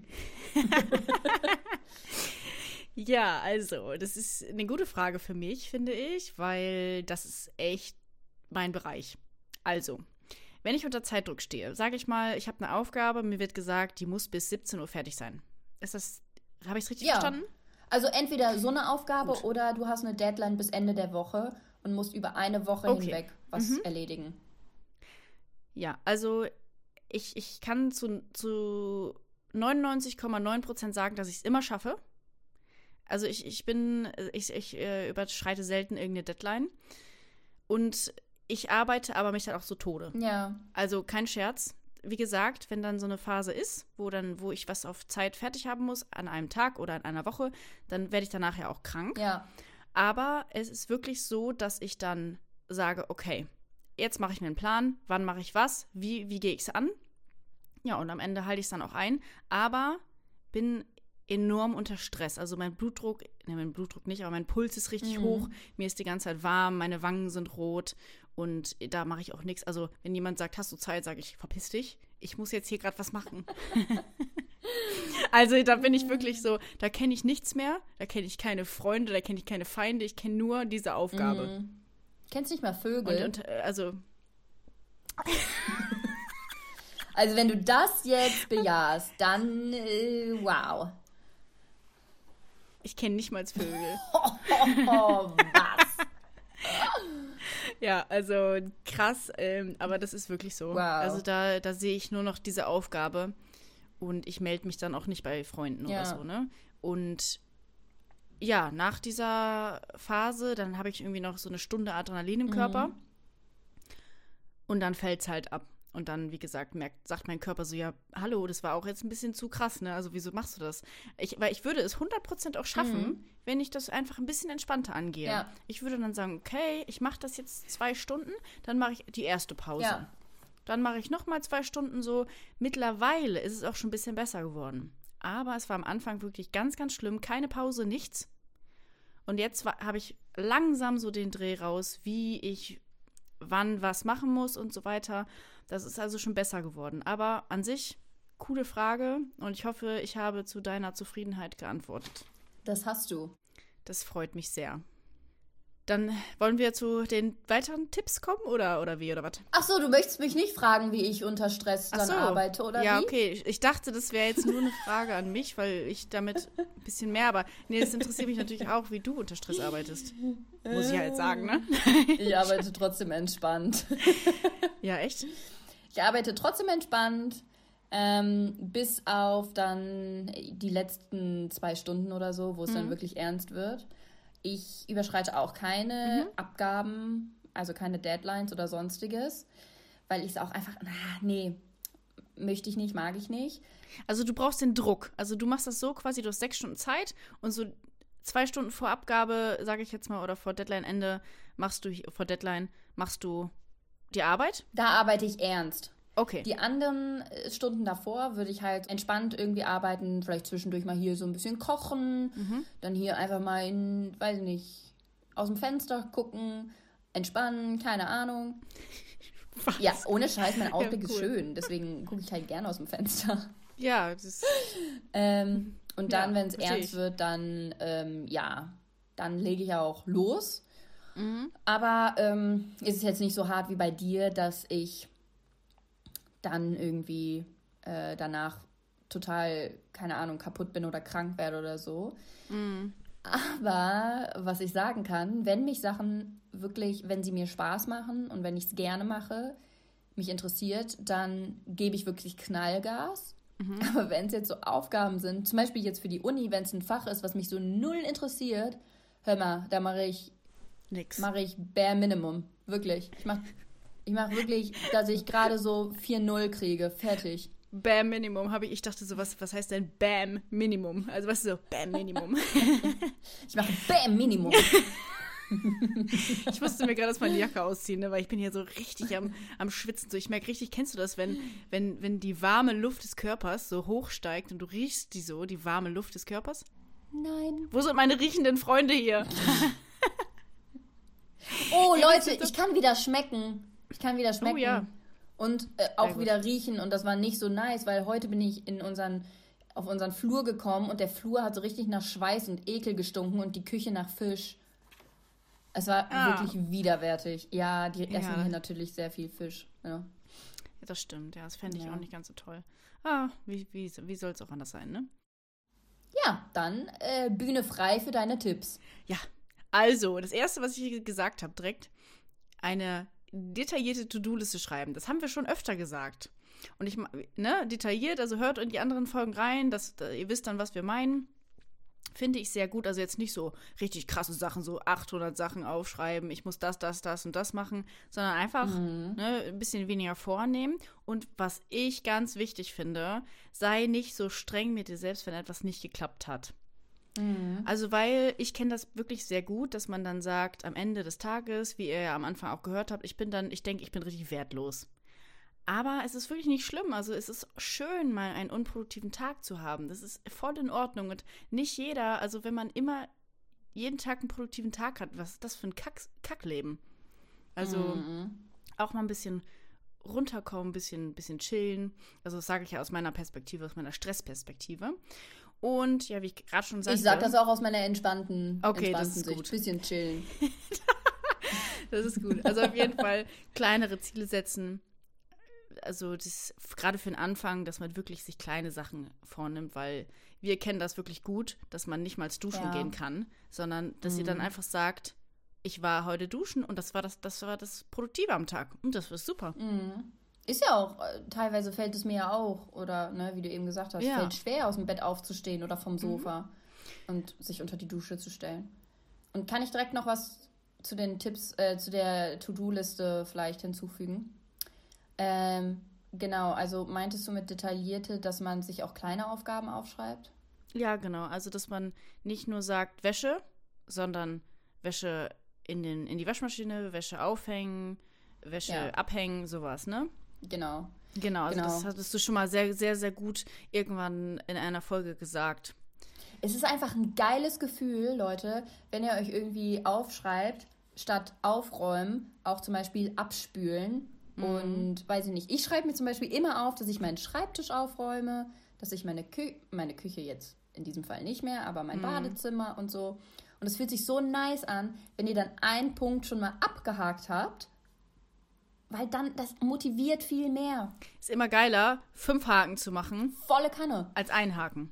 Ja, also, das ist eine gute Frage für mich, finde ich, weil das ist echt mein Bereich. Also, wenn ich unter Zeitdruck stehe, sage ich mal, ich habe eine Aufgabe, mir wird gesagt, die muss bis 17 Uhr fertig sein. Habe ich es richtig verstanden? Also entweder so eine Aufgabe oder du hast eine Deadline bis Ende der Woche und musst über eine Woche hinweg was erledigen. Ja, also ich kann zu 99,9% sagen, dass ich es immer schaffe. Also ich überschreite selten irgendeine Deadline. Und ich arbeite aber mich dann auch so Tode. Ja. Also kein Scherz. Wie gesagt, wenn dann so eine Phase ist, wo ich was auf Zeit fertig haben muss, an einem Tag oder in einer Woche, dann werde ich danach ja auch krank. Ja. Aber es ist wirklich so, dass ich dann sage, okay, jetzt mache ich mir einen Plan, wann mache ich was, wie gehe ich es an? Ja, und am Ende halte ich es dann auch ein, aber bin enorm unter Stress. Also mein Blutdruck nicht, aber mein Puls ist richtig hoch, mir ist die ganze Zeit warm, meine Wangen sind rot und da mache ich auch nichts. Also wenn jemand sagt, hast du Zeit, sage ich, verpiss dich, ich muss jetzt hier gerade was machen. Also da bin ich wirklich so, da kenne ich nichts mehr, da kenne ich keine Freunde, da kenne ich keine Feinde, ich kenne nur diese Aufgabe. Kennst nicht mal Vögel? Also wenn du das jetzt bejahst, dann wow. Ich kenne nicht mal Vögel. Was? Ja, also krass, aber das ist wirklich so. Wow. Also da sehe ich nur noch diese Aufgabe und ich melde mich dann auch nicht bei Freunden oder so, ne? Und ja, nach dieser Phase, dann habe ich irgendwie noch so eine Stunde Adrenalin im Körper. Und dann fällt es halt ab. Und dann, wie gesagt, sagt mein Körper so, ja, hallo, das war auch jetzt ein bisschen zu krass, ne? Also wieso machst du das? Weil ich würde es 100% auch schaffen, wenn ich das einfach ein bisschen entspannter angehe. Ja. Ich würde dann sagen, okay, ich mache das jetzt 2 Stunden, dann mache ich die erste Pause. Ja. Dann mache ich nochmal 2 Stunden so. Mittlerweile ist es auch schon ein bisschen besser geworden. Aber es war am Anfang wirklich ganz, ganz schlimm. Keine Pause, nichts. Und jetzt habe ich langsam so den Dreh raus, wie ich wann was machen muss und so weiter. Das ist also schon besser geworden. Aber an sich, coole Frage. Und ich hoffe, ich habe zu deiner Zufriedenheit geantwortet. Das hast du. Das freut mich sehr. Dann wollen wir zu den weiteren Tipps kommen oder wie, oder was? Ach so, du möchtest mich nicht fragen, wie ich unter Stress dann arbeite, oder ja, wie? Ja, okay. Ich dachte, das wäre jetzt nur eine Frage an mich, weil ich damit ein bisschen mehr, aber nee, das interessiert mich natürlich auch, wie du unter Stress arbeitest. Muss ich halt sagen, ne? Ich arbeite trotzdem entspannt. Ja, echt? Ich arbeite trotzdem entspannt, bis auf dann die letzten 2 Stunden oder so, wo es dann wirklich ernst wird. Ich überschreite auch keine Abgaben, also keine Deadlines oder sonstiges, weil ich es auch einfach, nee, möchte ich nicht, mag ich nicht. Also du brauchst den Druck. Also du machst das so quasi, du hast 6 Stunden Zeit und so 2 Stunden vor Abgabe, sage ich jetzt mal, oder vor Deadline-Ende machst du die Arbeit? Da arbeite ich ernst. Okay. Die anderen Stunden davor würde ich halt entspannt irgendwie arbeiten, vielleicht zwischendurch mal hier so ein bisschen kochen, dann hier einfach mal weiß nicht, aus dem Fenster gucken, entspannen, keine Ahnung. Was? Ja, ohne Scheiß, mein Ausblick ist schön, deswegen gucke ich halt gerne aus dem Fenster. Ja, das und dann, wenn es ernst wird, dann, dann lege ich auch los. Aber ist es jetzt nicht so hart wie bei dir, dass ich dann irgendwie danach total, keine Ahnung, kaputt bin oder krank werde oder so. Aber was ich sagen kann, wenn mich Sachen wirklich, wenn sie mir Spaß machen und wenn ich es gerne mache, mich interessiert, dann gebe ich wirklich Knallgas. Aber wenn es jetzt so Aufgaben sind, zum Beispiel jetzt für die Uni, wenn es ein Fach ist, was mich so null interessiert, hör mal, da mache ich bare Minimum. Wirklich. Ich mach wirklich, dass ich gerade so 4-0 kriege. Fertig. Bam Minimum ich dachte so, was heißt denn Bam Minimum? Also was ist so Bam Minimum? Ich mache Bam Minimum. Ich musste mir gerade erstmal die Jacke ausziehen, ne, weil ich bin hier so richtig am Schwitzen. So, ich merke richtig, kennst du das, wenn die warme Luft des Körpers so hochsteigt und du riechst die warme Luft des Körpers? Nein. Wo sind meine riechenden Freunde hier? Oh, Leute, ich kann wieder schmecken. Oh, ja. Und auch wieder riechen. Und das war nicht so nice, weil heute bin ich auf unseren Flur gekommen und der Flur hat so richtig nach Schweiß und Ekel gestunken und die Küche nach Fisch. Es war wirklich widerwärtig. Ja, die essen hier natürlich sehr viel Fisch. Ja, das stimmt. Ja, das fände ich auch nicht ganz so toll. Wie soll es auch anders sein, ne? Ja, dann Bühne frei für deine Tipps. Ja, also, das Erste, was ich gesagt habe, direkt eine detaillierte To-Do-Liste schreiben. Das haben wir schon öfter gesagt. Und detailliert, also hört in die anderen Folgen rein, ihr wisst dann, was wir meinen. Finde ich sehr gut. Also jetzt nicht so richtig krasse Sachen, so 800 Sachen aufschreiben, ich muss das und das machen, sondern einfach ein bisschen weniger vornehmen. Und was ich ganz wichtig finde, sei nicht so streng mit dir selbst, wenn etwas nicht geklappt hat. Also, weil ich kenne das wirklich sehr gut, dass man dann sagt, am Ende des Tages, wie ihr ja am Anfang auch gehört habt, ich denke, ich bin richtig wertlos. Aber es ist wirklich nicht schlimm. Also es ist schön, mal einen unproduktiven Tag zu haben. Das ist voll in Ordnung. Und nicht jeder, also wenn man immer jeden Tag einen produktiven Tag hat, was ist das für ein Kackleben? Also auch mal ein bisschen runterkommen, ein bisschen chillen. Also das sage ich ja aus meiner Perspektive, aus meiner Stressperspektive. Und ja, wie ich gerade schon sagte. Ich sage das auch aus meiner entspannten das ist Sicht. Gut. Bisschen chillen. Das ist gut. Also auf jeden Fall kleinere Ziele setzen. Also das gerade für den Anfang, dass man wirklich sich kleine Sachen vornimmt, weil wir kennen das wirklich gut, dass man nicht mal duschen gehen kann, sondern dass ihr dann einfach sagt, ich war heute duschen und das war das Produktive am Tag. Und das war super. Ist ja auch, teilweise fällt es mir ja auch, oder, ne, wie du eben gesagt hast, fällt schwer, aus dem Bett aufzustehen oder vom Sofa und sich unter die Dusche zu stellen. Und kann ich direkt noch was zu den Tipps, zu der To-Do-Liste vielleicht hinzufügen? Genau, also meintest du mit detaillierte, dass man sich auch kleine Aufgaben aufschreibt? Ja, genau. Also, dass man nicht nur sagt Wäsche, sondern Wäsche in die Waschmaschine, Wäsche aufhängen, Wäsche abhängen, sowas, ne? Genau. Genau, also das hattest du schon mal sehr, sehr, sehr gut irgendwann in einer Folge gesagt. Es ist einfach ein geiles Gefühl, Leute, wenn ihr euch irgendwie aufschreibt, statt aufräumen, auch zum Beispiel abspülen. Und weiß ich nicht, ich schreibe mir zum Beispiel immer auf, dass ich meinen Schreibtisch aufräume, dass ich meine Küche jetzt in diesem Fall nicht mehr, aber mein Badezimmer und so. Und es fühlt sich so nice an, wenn ihr dann einen Punkt schon mal abgehakt habt, weil dann, das motiviert viel mehr. Ist immer geiler, 5 Haken zu machen. Volle Kanne. Als einen Haken.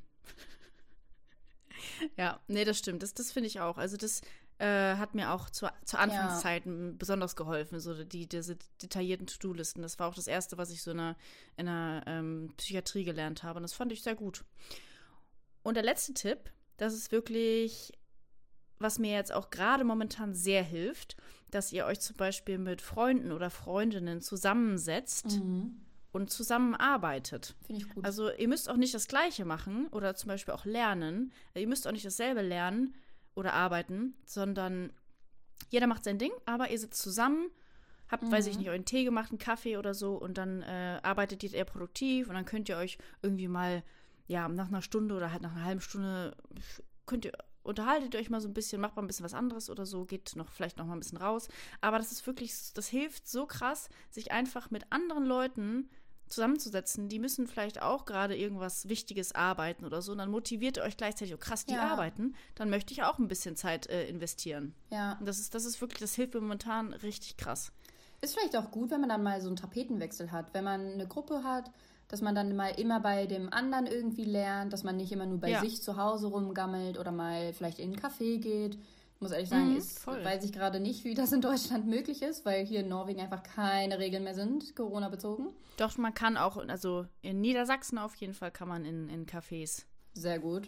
Ja, nee, das stimmt. Das finde ich auch. Also das hat mir auch zur Anfangszeit besonders geholfen, so diese detaillierten To-Do-Listen. Das war auch das Erste, was ich so in einer Psychiatrie gelernt habe. Und das fand ich sehr gut. Und der letzte Tipp, das ist wirklich, was mir jetzt auch gerade momentan sehr hilft, dass ihr euch zum Beispiel mit Freunden oder Freundinnen zusammensetzt und zusammenarbeitet. Finde ich gut. Also ihr müsst auch nicht das Gleiche machen oder zum Beispiel auch lernen. Ihr müsst auch nicht dasselbe lernen oder arbeiten, sondern jeder macht sein Ding, aber ihr sitzt zusammen, habt, weiß ich nicht, euren Tee gemacht, einen Kaffee oder so und dann arbeitet ihr eher produktiv und dann könnt ihr euch irgendwie mal, ja, nach einer Stunde oder halt nach einer halben Stunde unterhaltet ihr euch mal so ein bisschen, macht mal ein bisschen was anderes oder so, geht vielleicht noch mal ein bisschen raus. Aber das ist wirklich, das hilft so krass, sich einfach mit anderen Leuten zusammenzusetzen. Die müssen vielleicht auch gerade irgendwas Wichtiges arbeiten oder so. Und dann motiviert ihr euch gleichzeitig, oh krass, die arbeiten, dann möchte ich auch ein bisschen Zeit investieren. Ja. Und das ist wirklich, das hilft mir momentan richtig krass. Ist vielleicht auch gut, wenn man dann mal so einen Tapetenwechsel hat. Wenn man eine Gruppe hat, dass man dann mal immer bei dem anderen irgendwie lernt, dass man nicht immer nur bei sich zu Hause rumgammelt oder mal vielleicht in einen Café geht. Ich muss ehrlich sagen, weiß ich gerade nicht, wie das in Deutschland möglich ist, weil hier in Norwegen einfach keine Regeln mehr sind, Corona-bezogen. Doch, man kann auch, also in Niedersachsen auf jeden Fall kann man in Cafés. Sehr gut.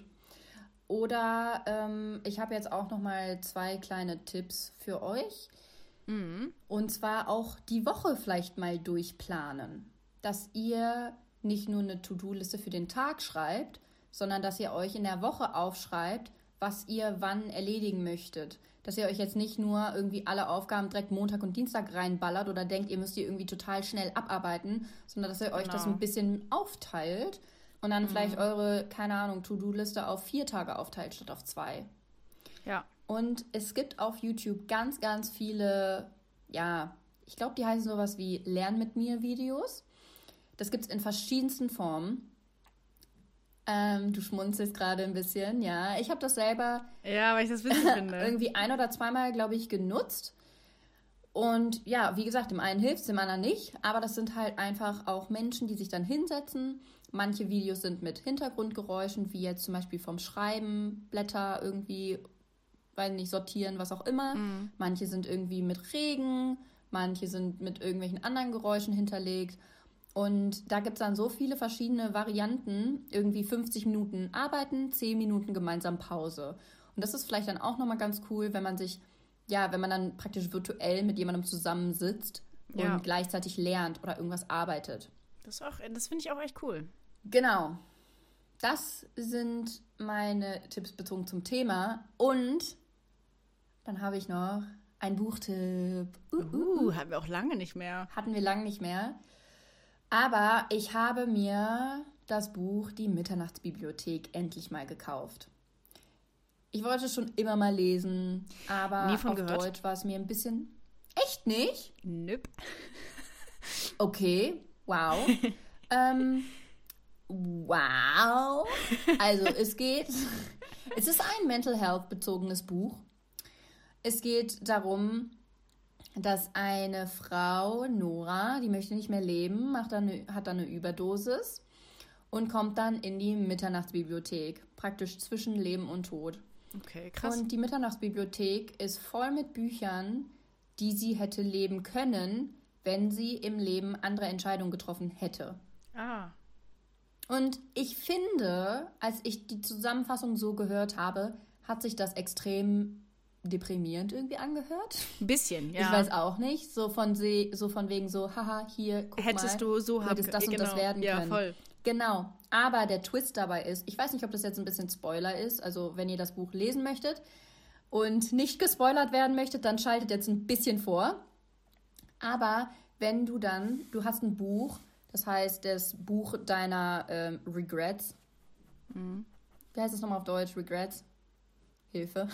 Oder ich habe jetzt auch noch mal 2 kleine Tipps für euch. Und zwar auch die Woche vielleicht mal durchplanen. Dass ihr nicht nur eine To-Do-Liste für den Tag schreibt, sondern dass ihr euch in der Woche aufschreibt, was ihr wann erledigen möchtet. Dass ihr euch jetzt nicht nur irgendwie alle Aufgaben direkt Montag und Dienstag reinballert oder denkt, ihr müsst die irgendwie total schnell abarbeiten, sondern dass ihr euch das ein bisschen aufteilt und dann vielleicht eure, keine Ahnung, To-Do-Liste auf 4 Tage aufteilt statt auf 2. Ja. Und es gibt auf YouTube ganz, ganz viele, ja, ich glaube, die heißen sowas wie Lern mit mir Videos. Das gibt es in verschiedensten Formen. Du schmunzelst gerade ein bisschen, ja. Ich habe das selber weil ich das witzig finde. irgendwie 1 oder 2 Mal, glaube ich, genutzt. Und ja, wie gesagt, dem einen hilft es, dem anderen nicht. Aber das sind halt einfach auch Menschen, die sich dann hinsetzen. Manche Videos sind mit Hintergrundgeräuschen, wie jetzt zum Beispiel vom Schreiben, Blätter irgendwie, weiß nicht, sortieren, was auch immer. Manche sind irgendwie mit Regen, manche sind mit irgendwelchen anderen Geräuschen hinterlegt. Und da gibt es dann so viele verschiedene Varianten, irgendwie 50 Minuten arbeiten, 10 Minuten gemeinsam Pause. Und das ist vielleicht dann auch nochmal ganz cool, wenn man sich, wenn man dann praktisch virtuell mit jemandem zusammensitzt und gleichzeitig lernt oder irgendwas arbeitet. Das finde ich auch echt cool. Genau. Das sind meine Tipps bezogen zum Thema. Und dann habe ich noch einen Buchtipp. Hatten wir auch lange nicht mehr. Hatten wir lange nicht mehr. Aber ich habe mir das Buch Die Mitternachtsbibliothek endlich mal gekauft. Ich wollte es schon immer mal lesen, aber auf Deutsch war es mir ein bisschen... Echt nicht? Nope. Okay, wow. Wow. Also es ist ein Mental Health bezogenes Buch. Es geht darum, dass eine Frau, Nora, die möchte nicht mehr leben, hat dann eine Überdosis und kommt dann in die Mitternachtsbibliothek, praktisch zwischen Leben und Tod. Okay, krass. Und die Mitternachtsbibliothek ist voll mit Büchern, die sie hätte leben können, wenn sie im Leben andere Entscheidungen getroffen hätte. Ah. Und ich finde, als ich die Zusammenfassung so gehört habe, hat sich das extrem deprimierend irgendwie angehört. Ein bisschen, ja. Ich weiß auch nicht. So von wegen so, haha, hier, guck hättest mal. Du so hättest das und das werden können. Ja, voll. Genau. Aber der Twist dabei ist, ich weiß nicht, ob das jetzt ein bisschen Spoiler ist, also wenn ihr das Buch lesen möchtet und nicht gespoilert werden möchtet, dann schaltet jetzt ein bisschen vor. Aber wenn du hast ein Buch, das heißt das Buch deiner Regrets. Mhm. Wie heißt das nochmal auf Deutsch? Regrets? Hilfe.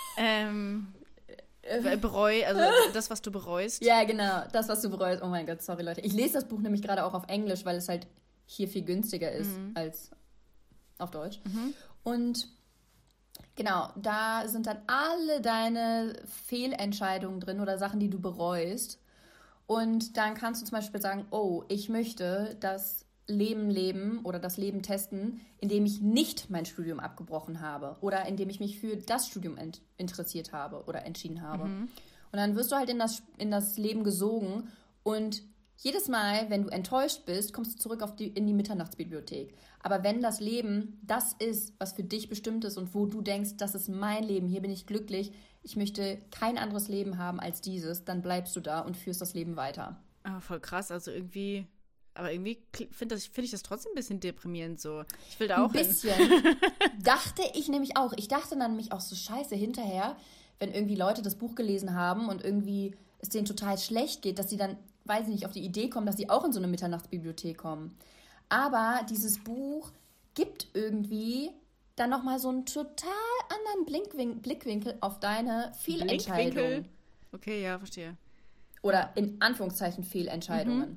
Also das, was du bereust. Ja, genau, das, was du bereust. Oh mein Gott, sorry, Leute. Ich lese das Buch nämlich gerade auch auf Englisch, weil es halt hier viel günstiger ist als auf Deutsch. Und genau, da sind dann alle deine Fehlentscheidungen drin oder Sachen, die du bereust. Und dann kannst du zum Beispiel sagen, oh, ich möchte das Leben leben oder das Leben testen, indem ich nicht mein Studium abgebrochen habe oder indem ich mich für das Studium interessiert habe oder entschieden habe. Und dann wirst du halt in das Leben gesogen und jedes Mal, wenn du enttäuscht bist, kommst du zurück in die Mitternachtsbibliothek. Aber wenn das Leben das ist, was für dich bestimmt ist und wo du denkst, das ist mein Leben, hier bin ich glücklich, ich möchte kein anderes Leben haben als dieses, dann bleibst du da und führst das Leben weiter. Ah, voll krass, also irgendwie finde ich das trotzdem ein bisschen deprimierend so. Ich will da auch ein bisschen. Dachte ich nämlich auch. Ich dachte dann nämlich auch so scheiße hinterher, wenn irgendwie Leute das Buch gelesen haben und irgendwie es denen total schlecht geht, dass sie dann, weiß ich nicht, auf die Idee kommen, dass sie auch in so eine Mitternachtsbibliothek kommen. Aber dieses Buch gibt irgendwie dann nochmal so einen total anderen Blickwinkel auf deine Fehlentscheidungen. Okay, ja, verstehe. Oder in Anführungszeichen Fehlentscheidungen.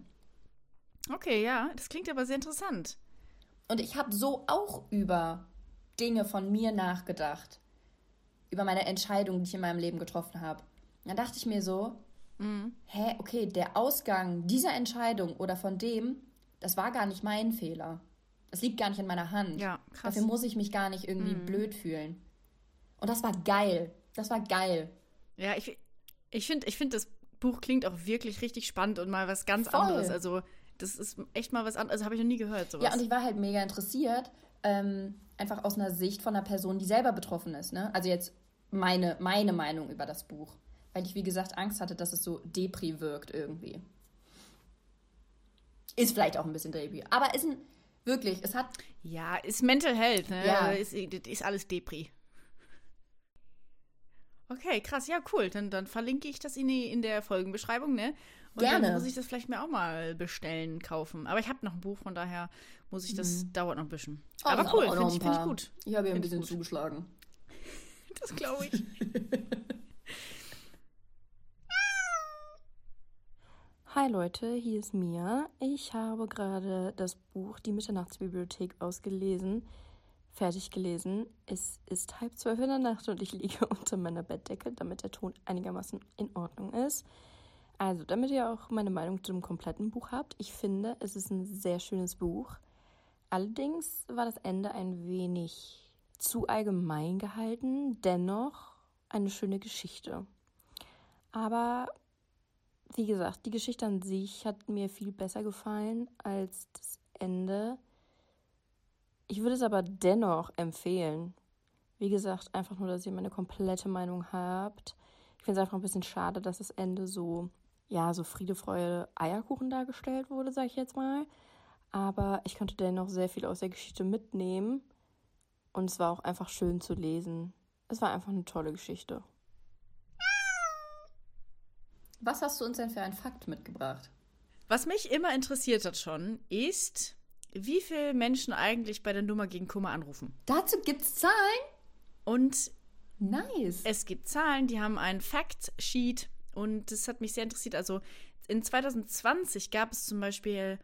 Okay, ja, das klingt aber sehr interessant. Und ich habe so auch über Dinge von mir nachgedacht. Über meine Entscheidungen, die ich in meinem Leben getroffen habe. Dann dachte ich mir so, okay, der Ausgang dieser Entscheidung oder von dem, das war gar nicht mein Fehler. Das liegt gar nicht in meiner Hand. Ja, krass. Dafür muss ich mich gar nicht irgendwie blöd fühlen. Und das war geil. Das war geil. Ja, ich finde, das Buch klingt auch wirklich richtig spannend und mal was ganz anderes. Also das ist echt mal was anderes. Also habe ich noch nie gehört, sowas. Ja, und ich war halt mega interessiert, einfach aus einer Sicht von einer Person, die selber betroffen ist. Ne? Also jetzt meine Meinung über das Buch. Weil ich, wie gesagt, Angst hatte, dass es so Depri wirkt irgendwie. Ist vielleicht auch ein bisschen Depri. Aber es hat... Ja, ist Mental Health, ne? Ja. Ist alles Depri. Okay, krass, ja, cool. Dann verlinke ich das in der Folgenbeschreibung, ne? Und Gerne. Dann muss ich das vielleicht mir auch mal bestellen, kaufen. Aber ich habe noch ein Buch, von daher muss ich das, dauert noch ein bisschen. Oh, aber cool, finde ich gut. Ich habe ja ein bisschen zugeschlagen. Das glaube ich. Hi Leute, hier ist Mia. Ich habe gerade das Buch Die Mitternachtsbibliothek fertig gelesen. Es ist 11:30 in der Nacht und ich liege unter meiner Bettdecke, damit der Ton einigermaßen in Ordnung ist. Also, damit ihr auch meine Meinung zu dem kompletten Buch habt, ich finde, es ist ein sehr schönes Buch. Allerdings war das Ende ein wenig zu allgemein gehalten, dennoch eine schöne Geschichte. Aber wie gesagt, die Geschichte an sich hat mir viel besser gefallen als das Ende. Ich würde es aber dennoch empfehlen. Wie gesagt, einfach nur, dass ihr meine komplette Meinung habt. Ich finde es einfach ein bisschen schade, dass das Ende so Friede, Freude, Eierkuchen dargestellt wurde, sage ich jetzt mal. Aber ich konnte dennoch sehr viel aus der Geschichte mitnehmen. Und es war auch einfach schön zu lesen. Es war einfach eine tolle Geschichte. Was hast du uns denn für einen Fakt mitgebracht? Was mich immer interessiert hat schon, ist, wie viele Menschen eigentlich bei der Nummer gegen Kummer anrufen. Dazu gibt's Zahlen? Und nice. Es gibt Zahlen, die haben ein Fact-Sheet und das hat mich sehr interessiert. Also in 2020 gab es zum Beispiel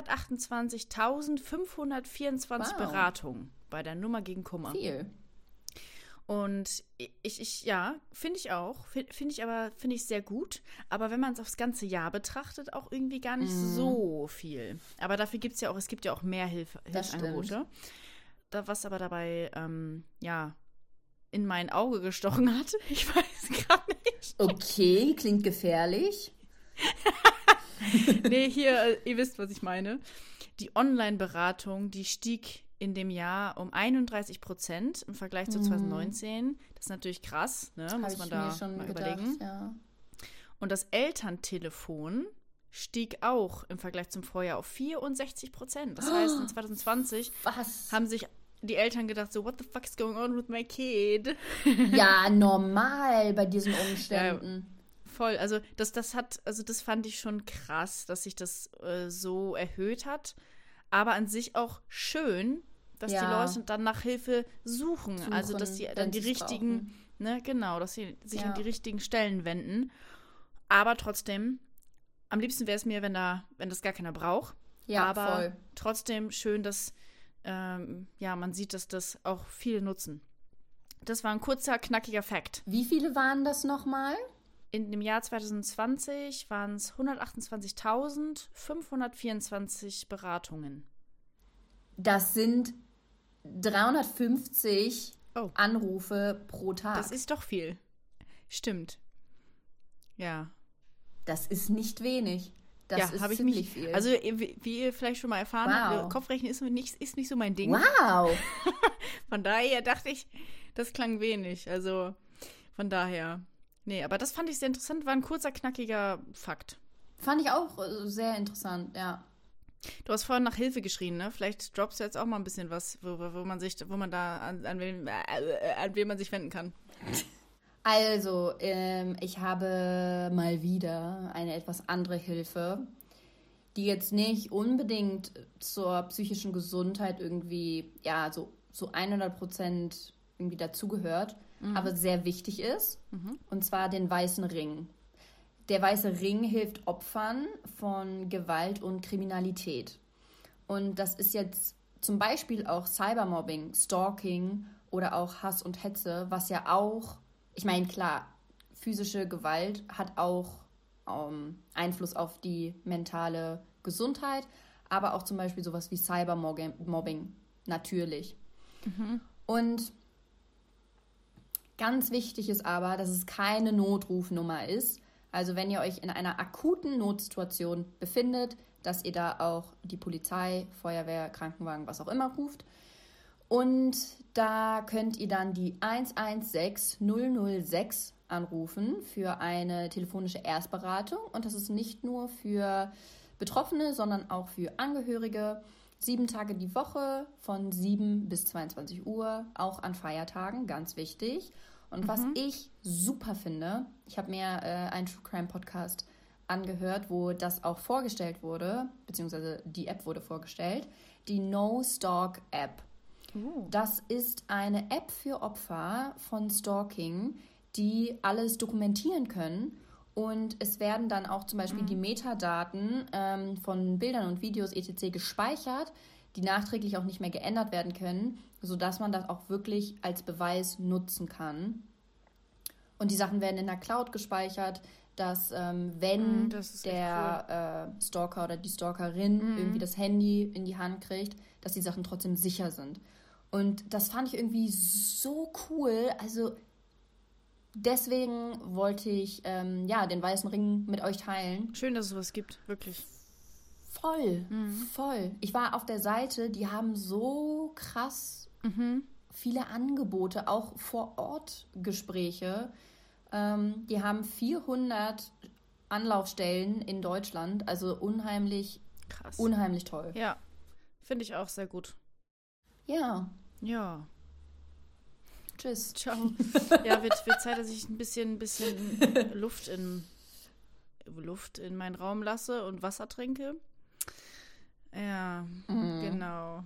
128.524 Beratungen bei der Nummer gegen Kummer. Viel. Und finde ich auch. Finde ich sehr gut. Aber wenn man es aufs ganze Jahr betrachtet, auch irgendwie gar nicht so viel. Aber dafür gibt es ja auch mehr Hilfsangebote. Was aber dabei, in mein Auge gestochen hat, ich weiß gerade nicht. Okay, klingt gefährlich. Nee, hier, ihr wisst, was ich meine. Die Online-Beratung, die stieg in dem Jahr um 31% im Vergleich zu 2019. Das ist natürlich krass, ne? Muss man da mal überlegen. Ja. Und das Elterntelefon stieg auch im Vergleich zum Vorjahr auf 64%. Das heißt, in 2020 haben sich die Eltern gedacht, so, what the fuck is going on with my kid? Ja, normal bei diesen Umständen. Ja, voll. Also das fand ich schon krass, dass sich das so erhöht hat. Aber an sich auch schön, dass die Leute dann nach Hilfe suchen. Also, dass sie dann die richtigen, ne, genau, dass sie sich an die richtigen Stellen wenden. Aber trotzdem, am liebsten wäre es mir, wenn das gar keiner braucht. Ja, aber voll. Trotzdem schön, dass man sieht, dass das auch viele nutzen. Das war ein kurzer, knackiger Fact. Wie viele waren das nochmal? In dem Jahr 2020 waren es 128.524 Beratungen. Das sind 350 Anrufe pro Tag. Das ist doch viel. Stimmt. Ja. Das ist nicht wenig. Das ist ziemlich viel. Also, wie ihr vielleicht schon mal erfahren habt, Kopfrechnen ist nicht so mein Ding. Wow! Von daher dachte ich, das klang wenig. Also, von daher. Nee, aber das fand ich sehr interessant. War ein kurzer, knackiger Fakt. Fand ich auch sehr interessant, ja. Du hast vorhin nach Hilfe geschrien, ne? Vielleicht droppst du jetzt auch mal ein bisschen was, wo man da an wen man sich wenden kann. Also, ich habe mal wieder eine etwas andere Hilfe, die jetzt nicht unbedingt zur psychischen Gesundheit irgendwie, ja, so 100% irgendwie dazugehört, aber sehr wichtig ist, und zwar den Weißen Ring. Der Weiße Ring hilft Opfern von Gewalt und Kriminalität. Und das ist jetzt zum Beispiel auch Cybermobbing, Stalking oder auch Hass und Hetze, was ja auch, ich meine, klar, physische Gewalt hat auch Einfluss auf die mentale Gesundheit, aber auch zum Beispiel sowas wie Cybermobbing, natürlich. Und ganz wichtig ist aber, dass es keine Notrufnummer ist. Also wenn ihr euch in einer akuten Notsituation befindet, dass ihr da auch die Polizei, Feuerwehr, Krankenwagen, was auch immer ruft. Und da könnt ihr dann die 116006 anrufen für eine telefonische Erstberatung. Und das ist nicht nur für Betroffene, sondern auch für Angehörige. 7 Tage die Woche von 7 bis 22 Uhr, auch an Feiertagen, ganz wichtig. Und was ich super finde, ich habe mir einen True Crime Podcast angehört, wo das auch vorgestellt wurde, beziehungsweise die App wurde vorgestellt, die No Stalk App. Das ist eine App für Opfer von Stalking, die alles dokumentieren können. Und es werden dann auch zum Beispiel die Metadaten von Bildern und Videos etc. gespeichert, die nachträglich auch nicht mehr geändert werden können, sodass man das auch wirklich als Beweis nutzen kann. Und die Sachen werden in der Cloud gespeichert, dass wenn der Stalker oder die Stalkerin irgendwie das Handy in die Hand kriegt, dass die Sachen trotzdem sicher sind. Und das fand ich irgendwie so cool. Also deswegen wollte ich den Weißen Ring mit euch teilen. Schön, dass es sowas gibt, wirklich. Voll. Ich war auf der Seite, die haben so krass viele Angebote, auch Vor-Ort-Gespräche. Die haben 400 Anlaufstellen in Deutschland, also unheimlich toll. Ja, finde ich auch sehr gut. Ja. Tschüss. Ciao. Ja, wird Zeit, dass ich ein bisschen Luft in meinen Raum lasse und Wasser trinke. Ja, genau.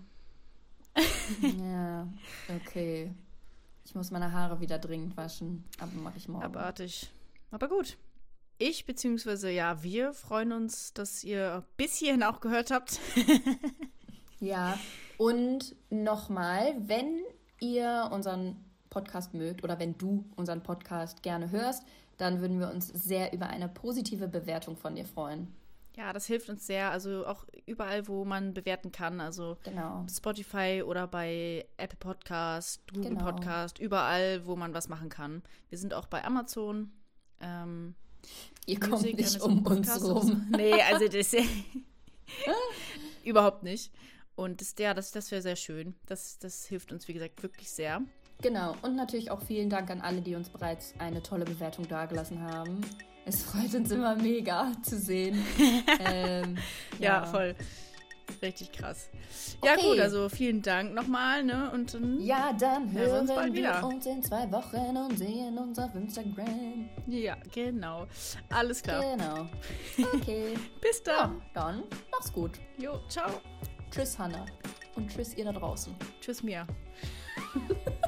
Ja, okay. Ich muss meine Haare wieder dringend waschen, aber mache ich morgen. Abartig. Aber gut. Wir freuen uns, dass ihr bis hierhin auch gehört habt. Ja, und nochmal, wenn ihr unseren Podcast mögt oder wenn du unseren Podcast gerne hörst, dann würden wir uns sehr über eine positive Bewertung von dir freuen. Ja, das hilft uns sehr. Also auch überall, wo man bewerten kann. Also genau. Spotify oder bei Apple Podcast, Google Podcast, überall, wo man was machen kann. Wir sind auch bei Amazon. Ihr kommt nicht um uns rum. Nee, also das überhaupt nicht. Und das wäre sehr schön. Das hilft uns, wie gesagt, wirklich sehr. Genau. Und natürlich auch vielen Dank an alle, die uns bereits eine tolle Bewertung dagelassen haben. Es freut uns immer mega zu sehen. Ja, voll. Richtig krass. Ja, gut, also vielen Dank nochmal, ne? Und dann dann hören wir uns bald wieder. uns in 2 Wochen und sehen uns auf Instagram. Ja, genau. Alles klar. Genau. Okay. Bis dann. Ja, dann mach's gut. Jo, ciao. Tschüss, Hannah. Und tschüss, ihr da draußen. Tschüss, Mia.